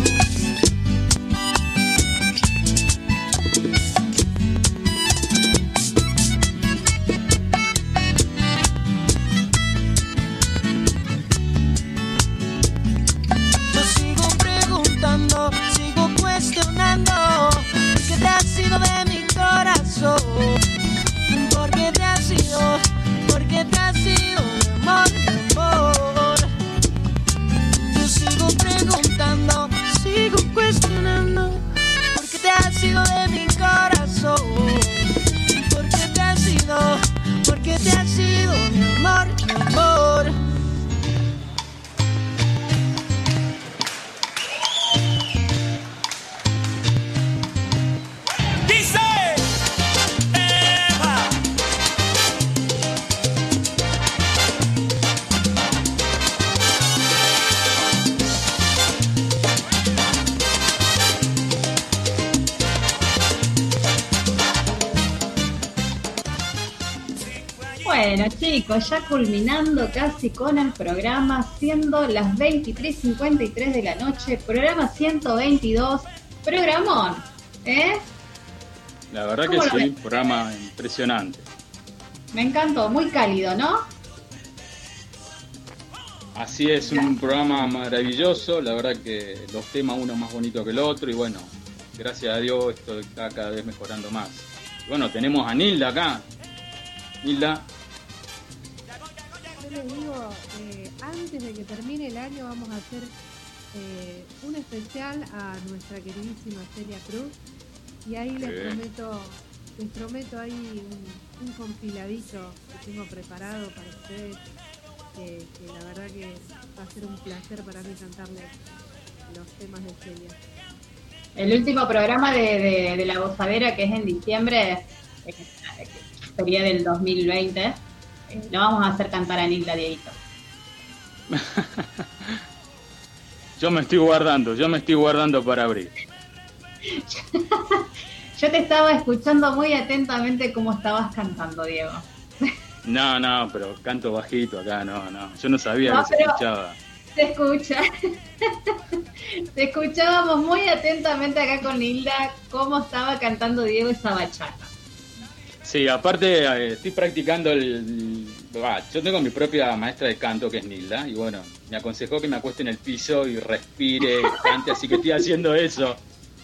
Yo sigo preguntando, sigo cuestionando por qué te has ido de mi corazón. ¿Por qué te has ido? ¿Por qué te has ido, mi amor, mi amor? Yo sigo preguntando, sigo cuestionando por qué te has ido de mi corazón. ¿Por qué te has ido? ¿Por qué te has ido, mi amor, mi amor? Dice Eva. Bueno, chicos, ya culminando casi con el programa, siendo las 23:53 de la noche, programa 122, programón, ¿eh? La verdad que ¿Cómo lo sí, ves? un programa impresionante. Me encantó, muy cálido, ¿no? Así es, un programa maravilloso, la verdad que los temas uno más bonito que el otro y bueno, gracias a Dios esto está cada vez mejorando más. Y bueno, tenemos a Nilda acá. Nilda, Yo les digo, antes de que termine el año vamos a hacer un especial a nuestra queridísima Celia Cruz y ahí les prometo ahí un compiladito que tengo preparado para ustedes, que la verdad que va a ser un placer para mí cantarles los temas de Celia. El último programa de La Gozadera, que es en diciembre, sería del 2020, lo vamos a hacer cantar a Nilda, Dieguito. yo me estoy guardando para abrir. Yo te estaba escuchando muy atentamente cómo estabas cantando, Diego. No, pero canto bajito acá, no. Yo no sabía No, que se pero escuchaba. Se escucha. Te escuchábamos muy atentamente acá con Nilda cómo estaba cantando Diego esa bachata. Sí, aparte estoy practicando yo tengo mi propia maestra de canto que es Nilda y bueno, me aconsejó que me acueste en el piso y respire, cante, así que estoy haciendo eso.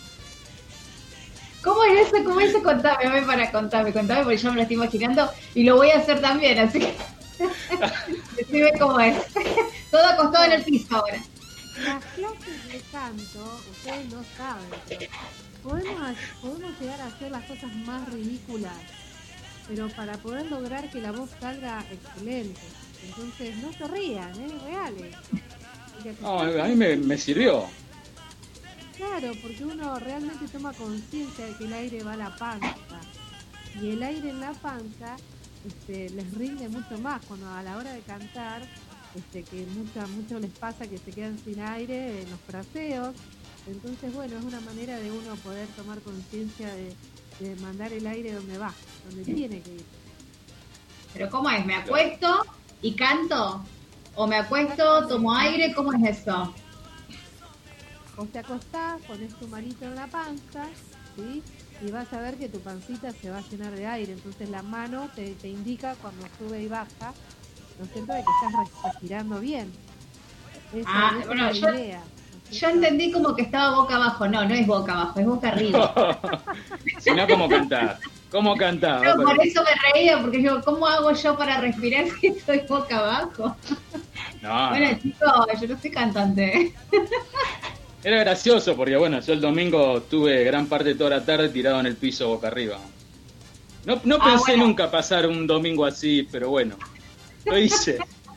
¿Cómo es eso? Contame, porque yo me lo estoy imaginando y lo voy a hacer también, así que decime cómo es. Todo acostado en el piso ahora. Las clases de canto, ustedes no saben, pero podemos llegar a hacer las cosas más ridículas, pero para poder lograr que la voz salga excelente. Entonces, no se rían, es real esto. No, a mí me sirvió. Claro, porque uno realmente toma conciencia de que el aire va a la panza. Y el aire en la panza les rinde mucho más cuando a la hora de cantar, que mucho les pasa que se quedan sin aire en los fraseos. Entonces, bueno, es una manera de uno poder tomar conciencia de mandar el aire donde va, donde tiene que ir. Pero ¿cómo es? ¿Me acuesto y canto? ¿O me acuesto, tomo aire? ¿Cómo es eso? Vos te acostás, pones tu manito en la panza, ¿sí? Y vas a ver que tu pancita se va a llenar de aire. Entonces la mano te indica cuando sube y baja, ¿no es cierto?, de que estás respirando bien. Esa es la idea. Yo entendí como que estaba boca abajo. No es boca abajo, es boca arriba. Sino como cantar. ¿Cómo cantar? Pero por eso me reía, porque digo, ¿cómo hago yo para respirar si estoy boca abajo? No, bueno, chicos, yo no soy cantante. Era gracioso porque, bueno, yo el domingo tuve gran parte de toda la tarde tirado en el piso boca arriba. No pensé nunca pasar un domingo así, pero bueno, lo hice.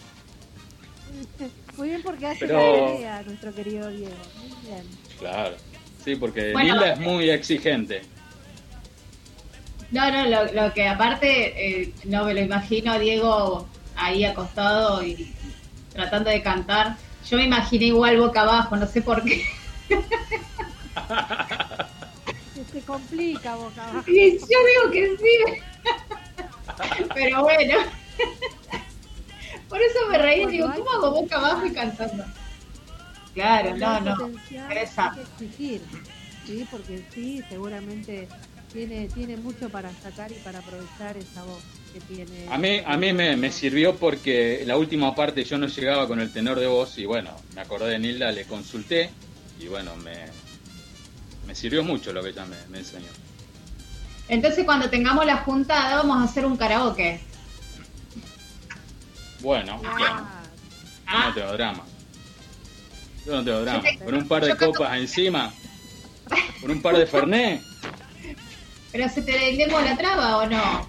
Muy bien, porque hace la idea nuestro querido Diego. Muy bien. Claro, sí, porque Nilda es muy exigente. No, lo que aparte, no me lo imagino a Diego ahí acostado y tratando de cantar. Yo me imaginé igual boca abajo, no sé por qué. Se complica boca abajo. Sí, yo digo que sí. Pero bueno. Por eso me reí, digo, ¿cómo hago boca abajo y cantando? Claro, no. Hay que exigir, ¿sí? Porque sí, seguramente tiene mucho para sacar y para aprovechar esa voz que tiene. A mí me sirvió porque la última parte yo no llegaba con el tenor de voz y bueno, me acordé de Nilda, le consulté y bueno, me sirvió mucho lo que ella me enseñó. Entonces cuando tengamos la juntada vamos a hacer un karaoke. Bueno, yo no tengo drama. Con un par de copas encima, con un par de Fernet. ¿Pero se te lengua la traba o no?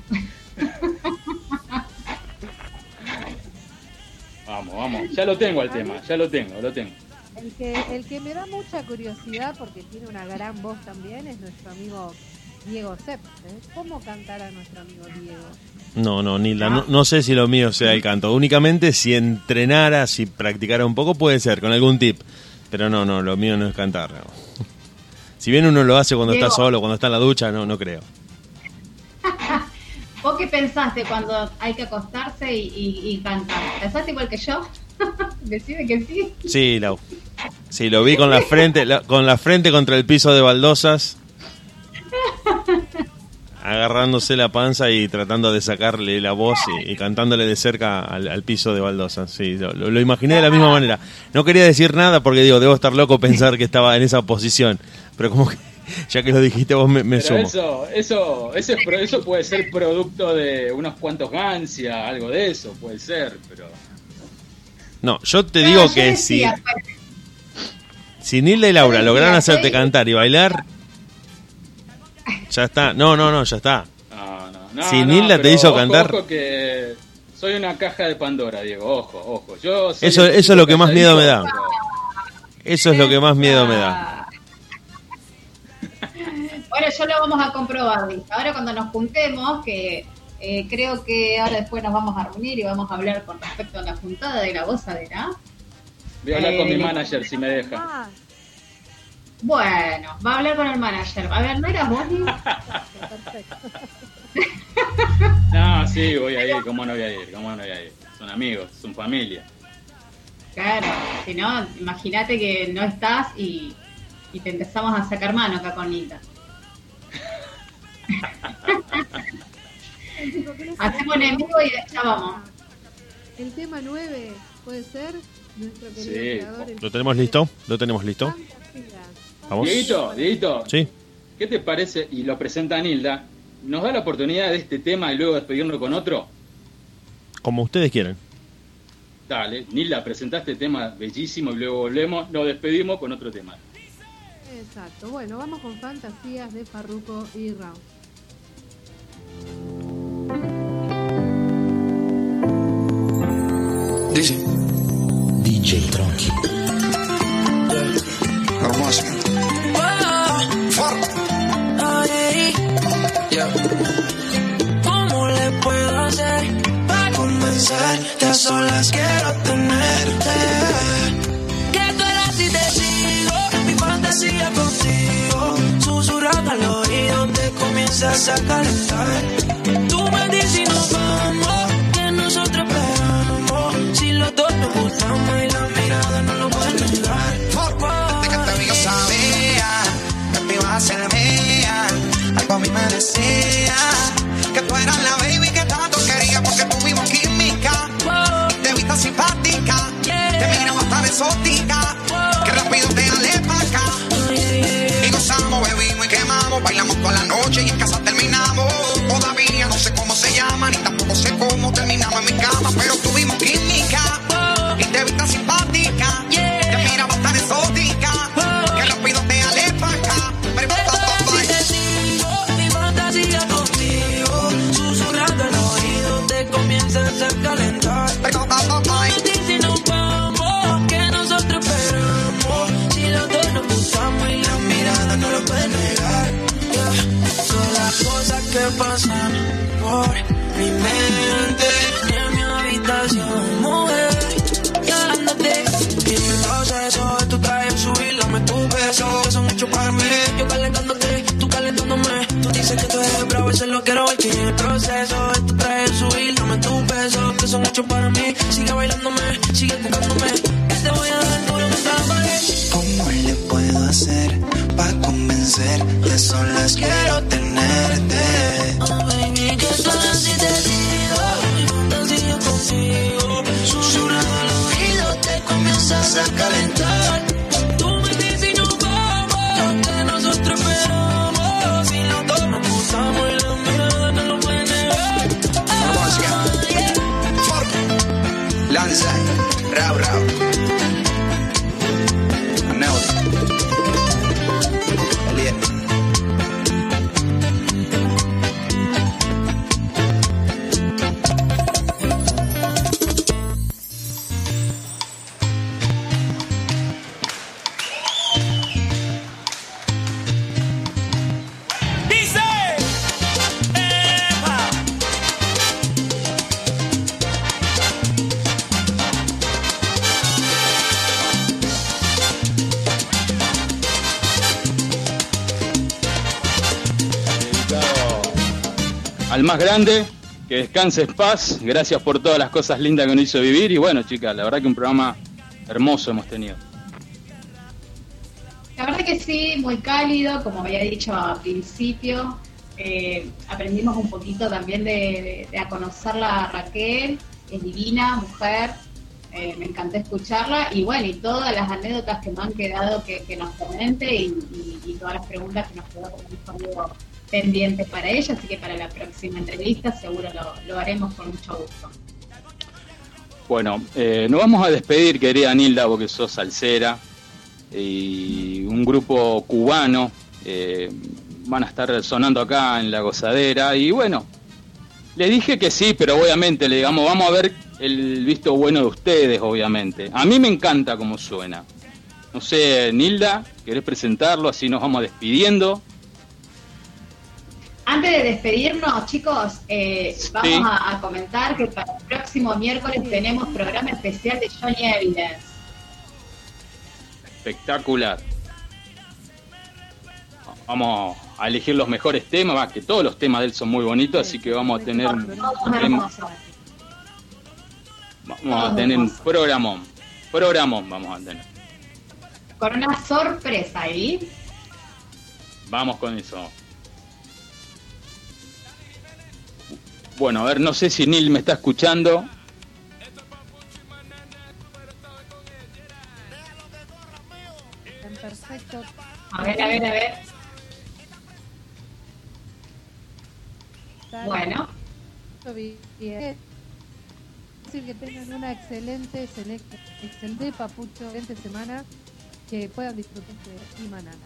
Vamos, ya lo tengo el tema, ya lo tengo. El que me da mucha curiosidad, porque tiene una gran voz también, es nuestro amigo Diego Sepp. ¿Cómo cantará nuestro amigo Diego? No, Nilda, no sé si lo mío sea el canto. Únicamente si entrenara, si practicara un poco, puede ser, con algún tip. Pero no, lo mío no es cantar. No. Si bien uno lo hace cuando Diego, está solo, cuando está en la ducha, no creo. ¿Vos qué pensaste cuando hay que acostarse y cantar? ¿Pensaste igual que yo? Decime que sí. Sí, Lau. Sí, lo vi con la frente contra el piso de baldosas, agarrándose la panza y tratando de sacarle la voz y cantándole de cerca al piso de baldosas. Sí, lo imaginé de la misma manera. No quería decir nada porque digo, debo estar loco pensar que estaba en esa posición, pero como que ya que lo dijiste vos me sumo. Eso puede ser producto de unos cuantos gancia, algo de eso puede ser, pero no, yo te digo que si Nilda y Laura lograron hacerte cantar y bailar, ya está. No, ya está. No, si Nilda te hizo cantar, ojo que soy una caja de Pandora, Diego, ojo. Yo eso es lo que más miedo me da. Eso es lo que más miedo me da. Bueno, yo lo vamos a comprobar, ¿viste? Ahora cuando nos juntemos, que creo que ahora después nos vamos a reunir y vamos a hablar con respecto a la juntada de la gozadera. Voy a hablar con mi manager si me deja. Bueno, va a hablar con el manager. A ver, ¿no eras vos, Nick? No, sí, voy a ir. ¿Cómo no voy a ir? Son amigos, son familia. Claro, si no, imagínate que no estás y te empezamos a sacar mano acá con Nita. Hacemos enemigo y ya vamos. El tema 9, ¿puede ser? Nuestro querido creador. ¿Lo tenemos listo? ¿Vamos? Dieguito, ¿sí? ¿Qué te parece? Y lo presenta Nilda. ¿Nos da la oportunidad de este tema y luego despedirnos con otro? Como ustedes quieran. Dale, Nilda, presenta este tema bellísimo y luego volvemos, nos despedimos con otro tema. Exacto, bueno, vamos con Fantasías de Farruko y Raúl. Dice DJ Tronchi. hermoso. ¿Cómo le puedo hacer para convencerte? A solas quiero tenerte. Que tú eras y te sigo, mi fantasía contigo. Susurrando al oído te comienzas a calentar. Tú me dices y nos vamos, que nosotros esperamos. Si los dos nos gustamos y la mirada no lo pueden negar. De que te vi yo sabía que te ibas a ser mía. Algo a mí me decía que tú eras la baby que tanto quería, porque tuvimos química. Te vi tan simpática, te miraba tan exótica, que rápido te alé para acá. Y gozamos, bebimos y quemamos, bailamos toda la noche y en casa terminamos. Todavía no sé cómo se llama, ni tampoco sé cómo terminamos en mi cama, pero tuvimos química. Y te vi tan simpática, te miraba tan exótica, que rápido te alé para acá. Comienzas a calentar. Si nos vamos, que nosotros esperamos. Si los dos nos gustamos y la mirada no lo puede negar. Son las cosas que pasan por mi mente en mi habitación, mujer. Llamándote y el proceso de tu traje subir, dame tu beso, que son hechos para mí. Yo calentándote, tú calentándome. Tú dices que tú eres bravo, eso lo quiero ver. Que en el proceso de tu traje subir, dame tu beso, que son hechos para mí. Sigue bailándome, sigue buscándome, que te voy a dar duro contra la pared. ¿Cómo le puedo hacer para convencerte? Solas quiero tenerte. Oh baby, que solas y te digo, mi fantasía contigo. Susurrando al oído te comienzas a calentar. Tú me dices y nos vamos, que nosotros esperamos. Si los dos nos gustamos y la mirada no lo puede negar. Lanza, rau, rau. Al más grande, que descanse en paz, gracias por todas las cosas lindas que nos hizo vivir y bueno chicas, la verdad que un programa hermoso hemos tenido. La verdad que sí, muy cálido, como había dicho al principio, aprendimos un poquito también de a conocerla a Raquel, es divina, mujer, me encantó escucharla y bueno, y todas las anécdotas que me han quedado que nos comente y todas las preguntas que nos quedó como dijo Diego, pendientes para ella, así que para la próxima entrevista seguro lo haremos con mucho gusto. Bueno, nos vamos a despedir, querida Nilda, porque sos salsera y un grupo cubano van a estar sonando acá en La Gozadera y bueno, le dije que sí, pero obviamente le digamos, vamos a ver el visto bueno de ustedes, obviamente. A mí me encanta cómo suena. No sé, Nilda, ¿querés presentarlo? Así nos vamos despidiendo. Antes de despedirnos, chicos, vamos a comentar que para el próximo miércoles tenemos programa especial de Johnny Evidence. Espectacular. Vamos a elegir los mejores temas, que todos los temas de él son muy bonitos, así que vamos a tener un programón vamos a tener. Con una sorpresa ahí. Vamos con eso. Bueno, a ver, no sé si Neil me está escuchando. Perfecto. A ver. Bueno. Bien. Que tengan una excelente papucho, excelente semana, que puedan disfrutar de Imanana.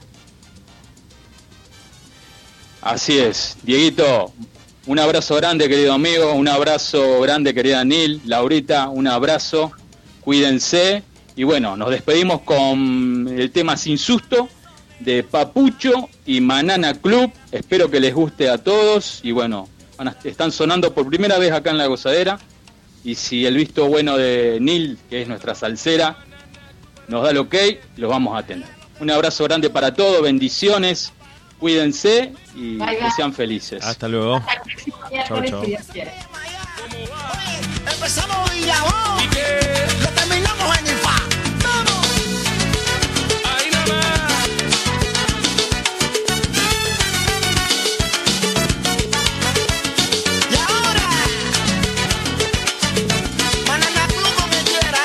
Así es, Dieguito, un abrazo grande, querido amigo, un abrazo grande, querida Nil, Laurita, un abrazo. cuídense. Y bueno, nos despedimos con el tema Sin Susto de Papucho y Manana Club. Espero que les guste a todos. Y bueno, están sonando por primera vez acá en La Gozadera. Y si el visto bueno de Nil, que es nuestra salsera, nos da el ok, los vamos a tener. Un abrazo grande para todos, bendiciones, cuídense y que sean felices. Hasta luego. Chau, chau. Empezamos Villabón y lo terminamos en el fa. ¡Vamos! Ahí nada más. Y ahora Manana Club con el quiera.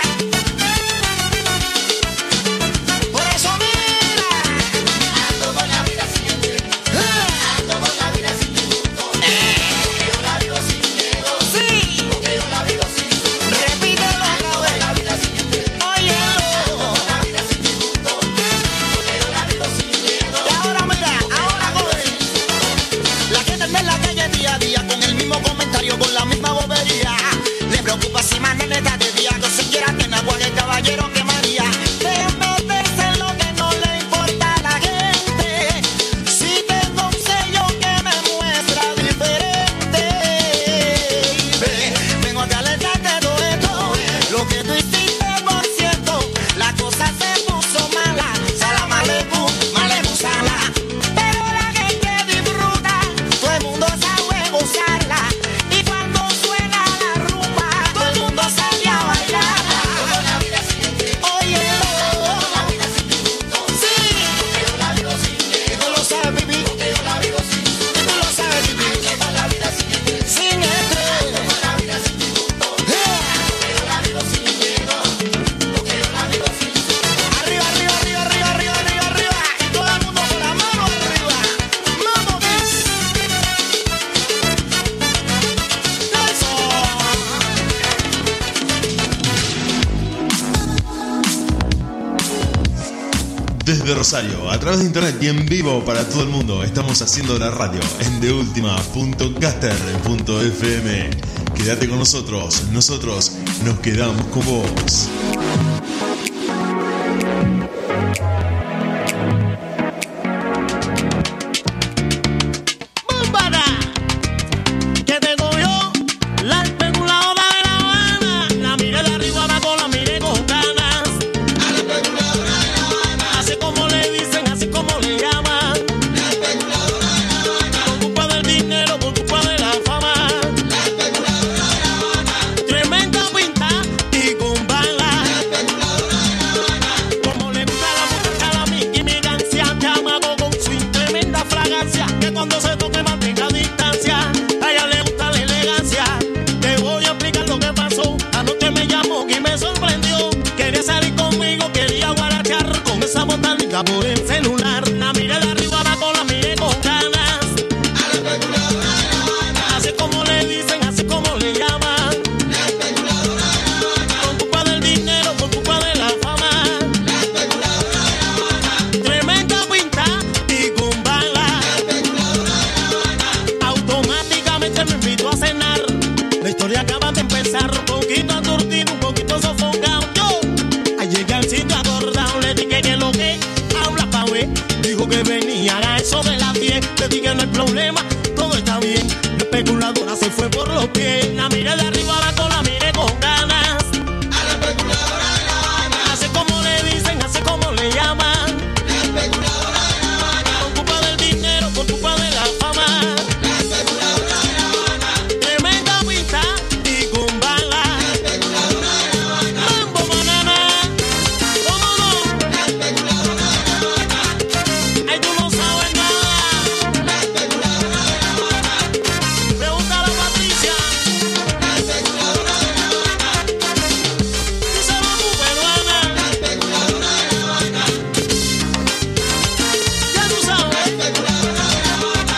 Por eso mira, ando con la vida sin miedo. Ando con la vida sin miedo. Porque yo la vivo sin miedo. Sí. Porque yo la vivo sin miedo. Repítelo otra vez. La vida sin miedo. Óyelo. Ando con la vida sin miedo. Porque yo la vivo sin miedo. Y ahora mira, ahora coge. La que anda en la calle día a día con el mismo comentario, con la misma bobería. Le preocupa si Manana está de día, que se quiera tener agua el caballero que María. De meterse en lo que no le importa a la gente. Si tengo un sello que me muestra diferente. Vengo a calentarte todo esto. Lo que tú hiciste, por cierto, la cosa se puso mala. Salam aleikum, aleikum salam. Pero la gente disfruta, todo el mundo sabe gozarla. Y cuando suena la rumba, todo el mundo sale a bailar. Oye, sí, tú lo sabes vivir, tú lo sabes vivir, sin estrés. Arriba, arriba, arriba, arriba, arriba, arriba, arriba. Y todo el mundo con la mano arriba. Vamos, Kiss. Desde Rosario, a través de internet y en vivo para todo el mundo, estamos haciendo la radio en deultima.caster.fm. Quédate con nosotros nos quedamos con vos. ¡Búmbara! Que tengo yo, la especuladora de La Habana. La miré de arriba abajo, la miré con ganas. A la especuladora de La Habana. Así como le dicen, así como le llaman. La especuladora de La Habana. Por culpa del dinero, por culpa de la fama. La especuladora de La Habana. Tremenda pinta y con bala. La especuladora de La Habana. Como le gusta la música, la immigrancia. Te amago con su tremenda fragancia. Que cuando se toque mantenga distancia. A ella le gusta la elegancia. Te voy a explicar lo que pasó. Anoche me llamó y me sorprendió. Quería salir conmigo, quería guarachear con esa botánica por el celular. La miré de arriba abajo, la miré con ganas. A la especuladora de La Habana. Así como le dicen, así como le llaman. La especuladora de La Habana. Por culpa del dinero, por culpa de la fama. La especuladora de La Habana. Tremenda pinta y con bala. La especuladora de La Habana. Automáticamente me invitó a cenar. La historia acaba de empezar, un poquito aturdido, un poquito sofocado. Yo, al llegar al sitio acordado, le dije que lo que habla pa' ver. Dijo que venía a eso de las 10. Le dije no hay problema, todo está bien. La especuladora se fue por los pies. La miré de arriba abajo, la miré con ganas. A la especuladora de La Habana. Así como le dicen, así como le llaman. La especuladora de La Habana. Por culpa del dinero, por culpa de la fama. La especuladora de La Habana. Tremenda pinta y con bala. La especuladora de La Habana. Mambo Manana. ¿Cómo no? La especuladora de La Habana. Ay, tú no sabes nada. La especuladora de La Habana. Pregunta a la Patricia. La especuladora de La Habana. Tú sabes tu peruana. La especuladora de La Habana. Ya tú sabes. La especuladora de La Habana.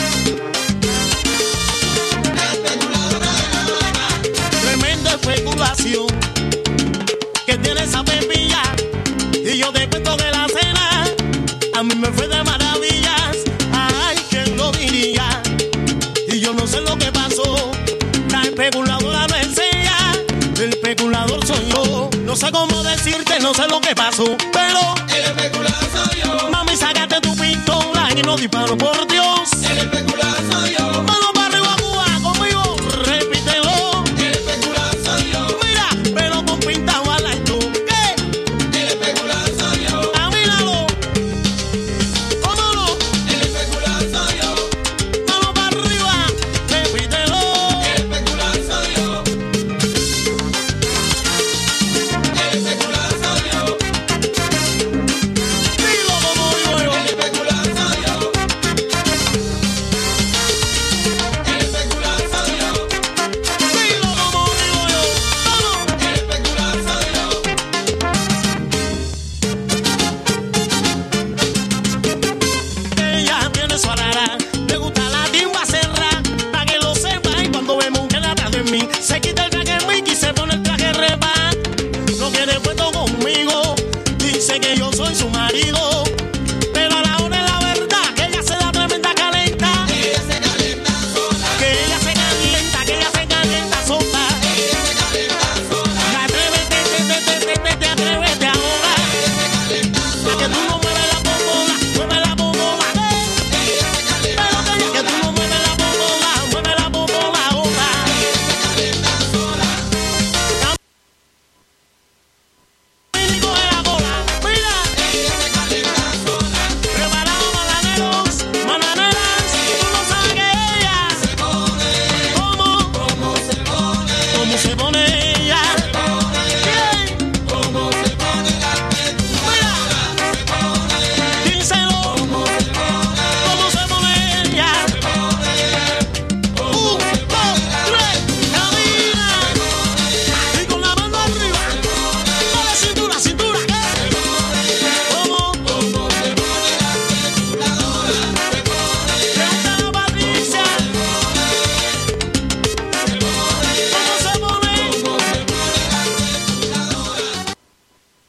La especuladora de La Habana. Tremenda especulación que tiene esa pepilla. Y yo te cuento de la cena, a mí me fue de maravillas. Ay, ¿quién lo diría? Y yo no sé lo que pasó. La especuladora no es ella, el especulador soy yo. No sé cómo decirte, no sé lo que pasó, pero el especular soy yo. Mami, sácate tu pistola y no disparo, por Dios. El especular soy yo. Mano para arriba, Cuba, conmigo, repítelo. El especular soy yo. Mira, pero con pinta bala y tú, ¿qué? El especular soy yo. Ah, míralo. ¿Cómo no? El especular soy yo. Mano para arriba, repítelo. El especular soy yo. El especular soy yo. Dilo como digo yo. El especular soy yo. El especular soy yo. Dilo como digo yo. Vamos. El especular soy yo. Ella tiene su arara, le gusta la timba cerrada, para que lo sepa y cuando ve mujer atrás de mí, se quita el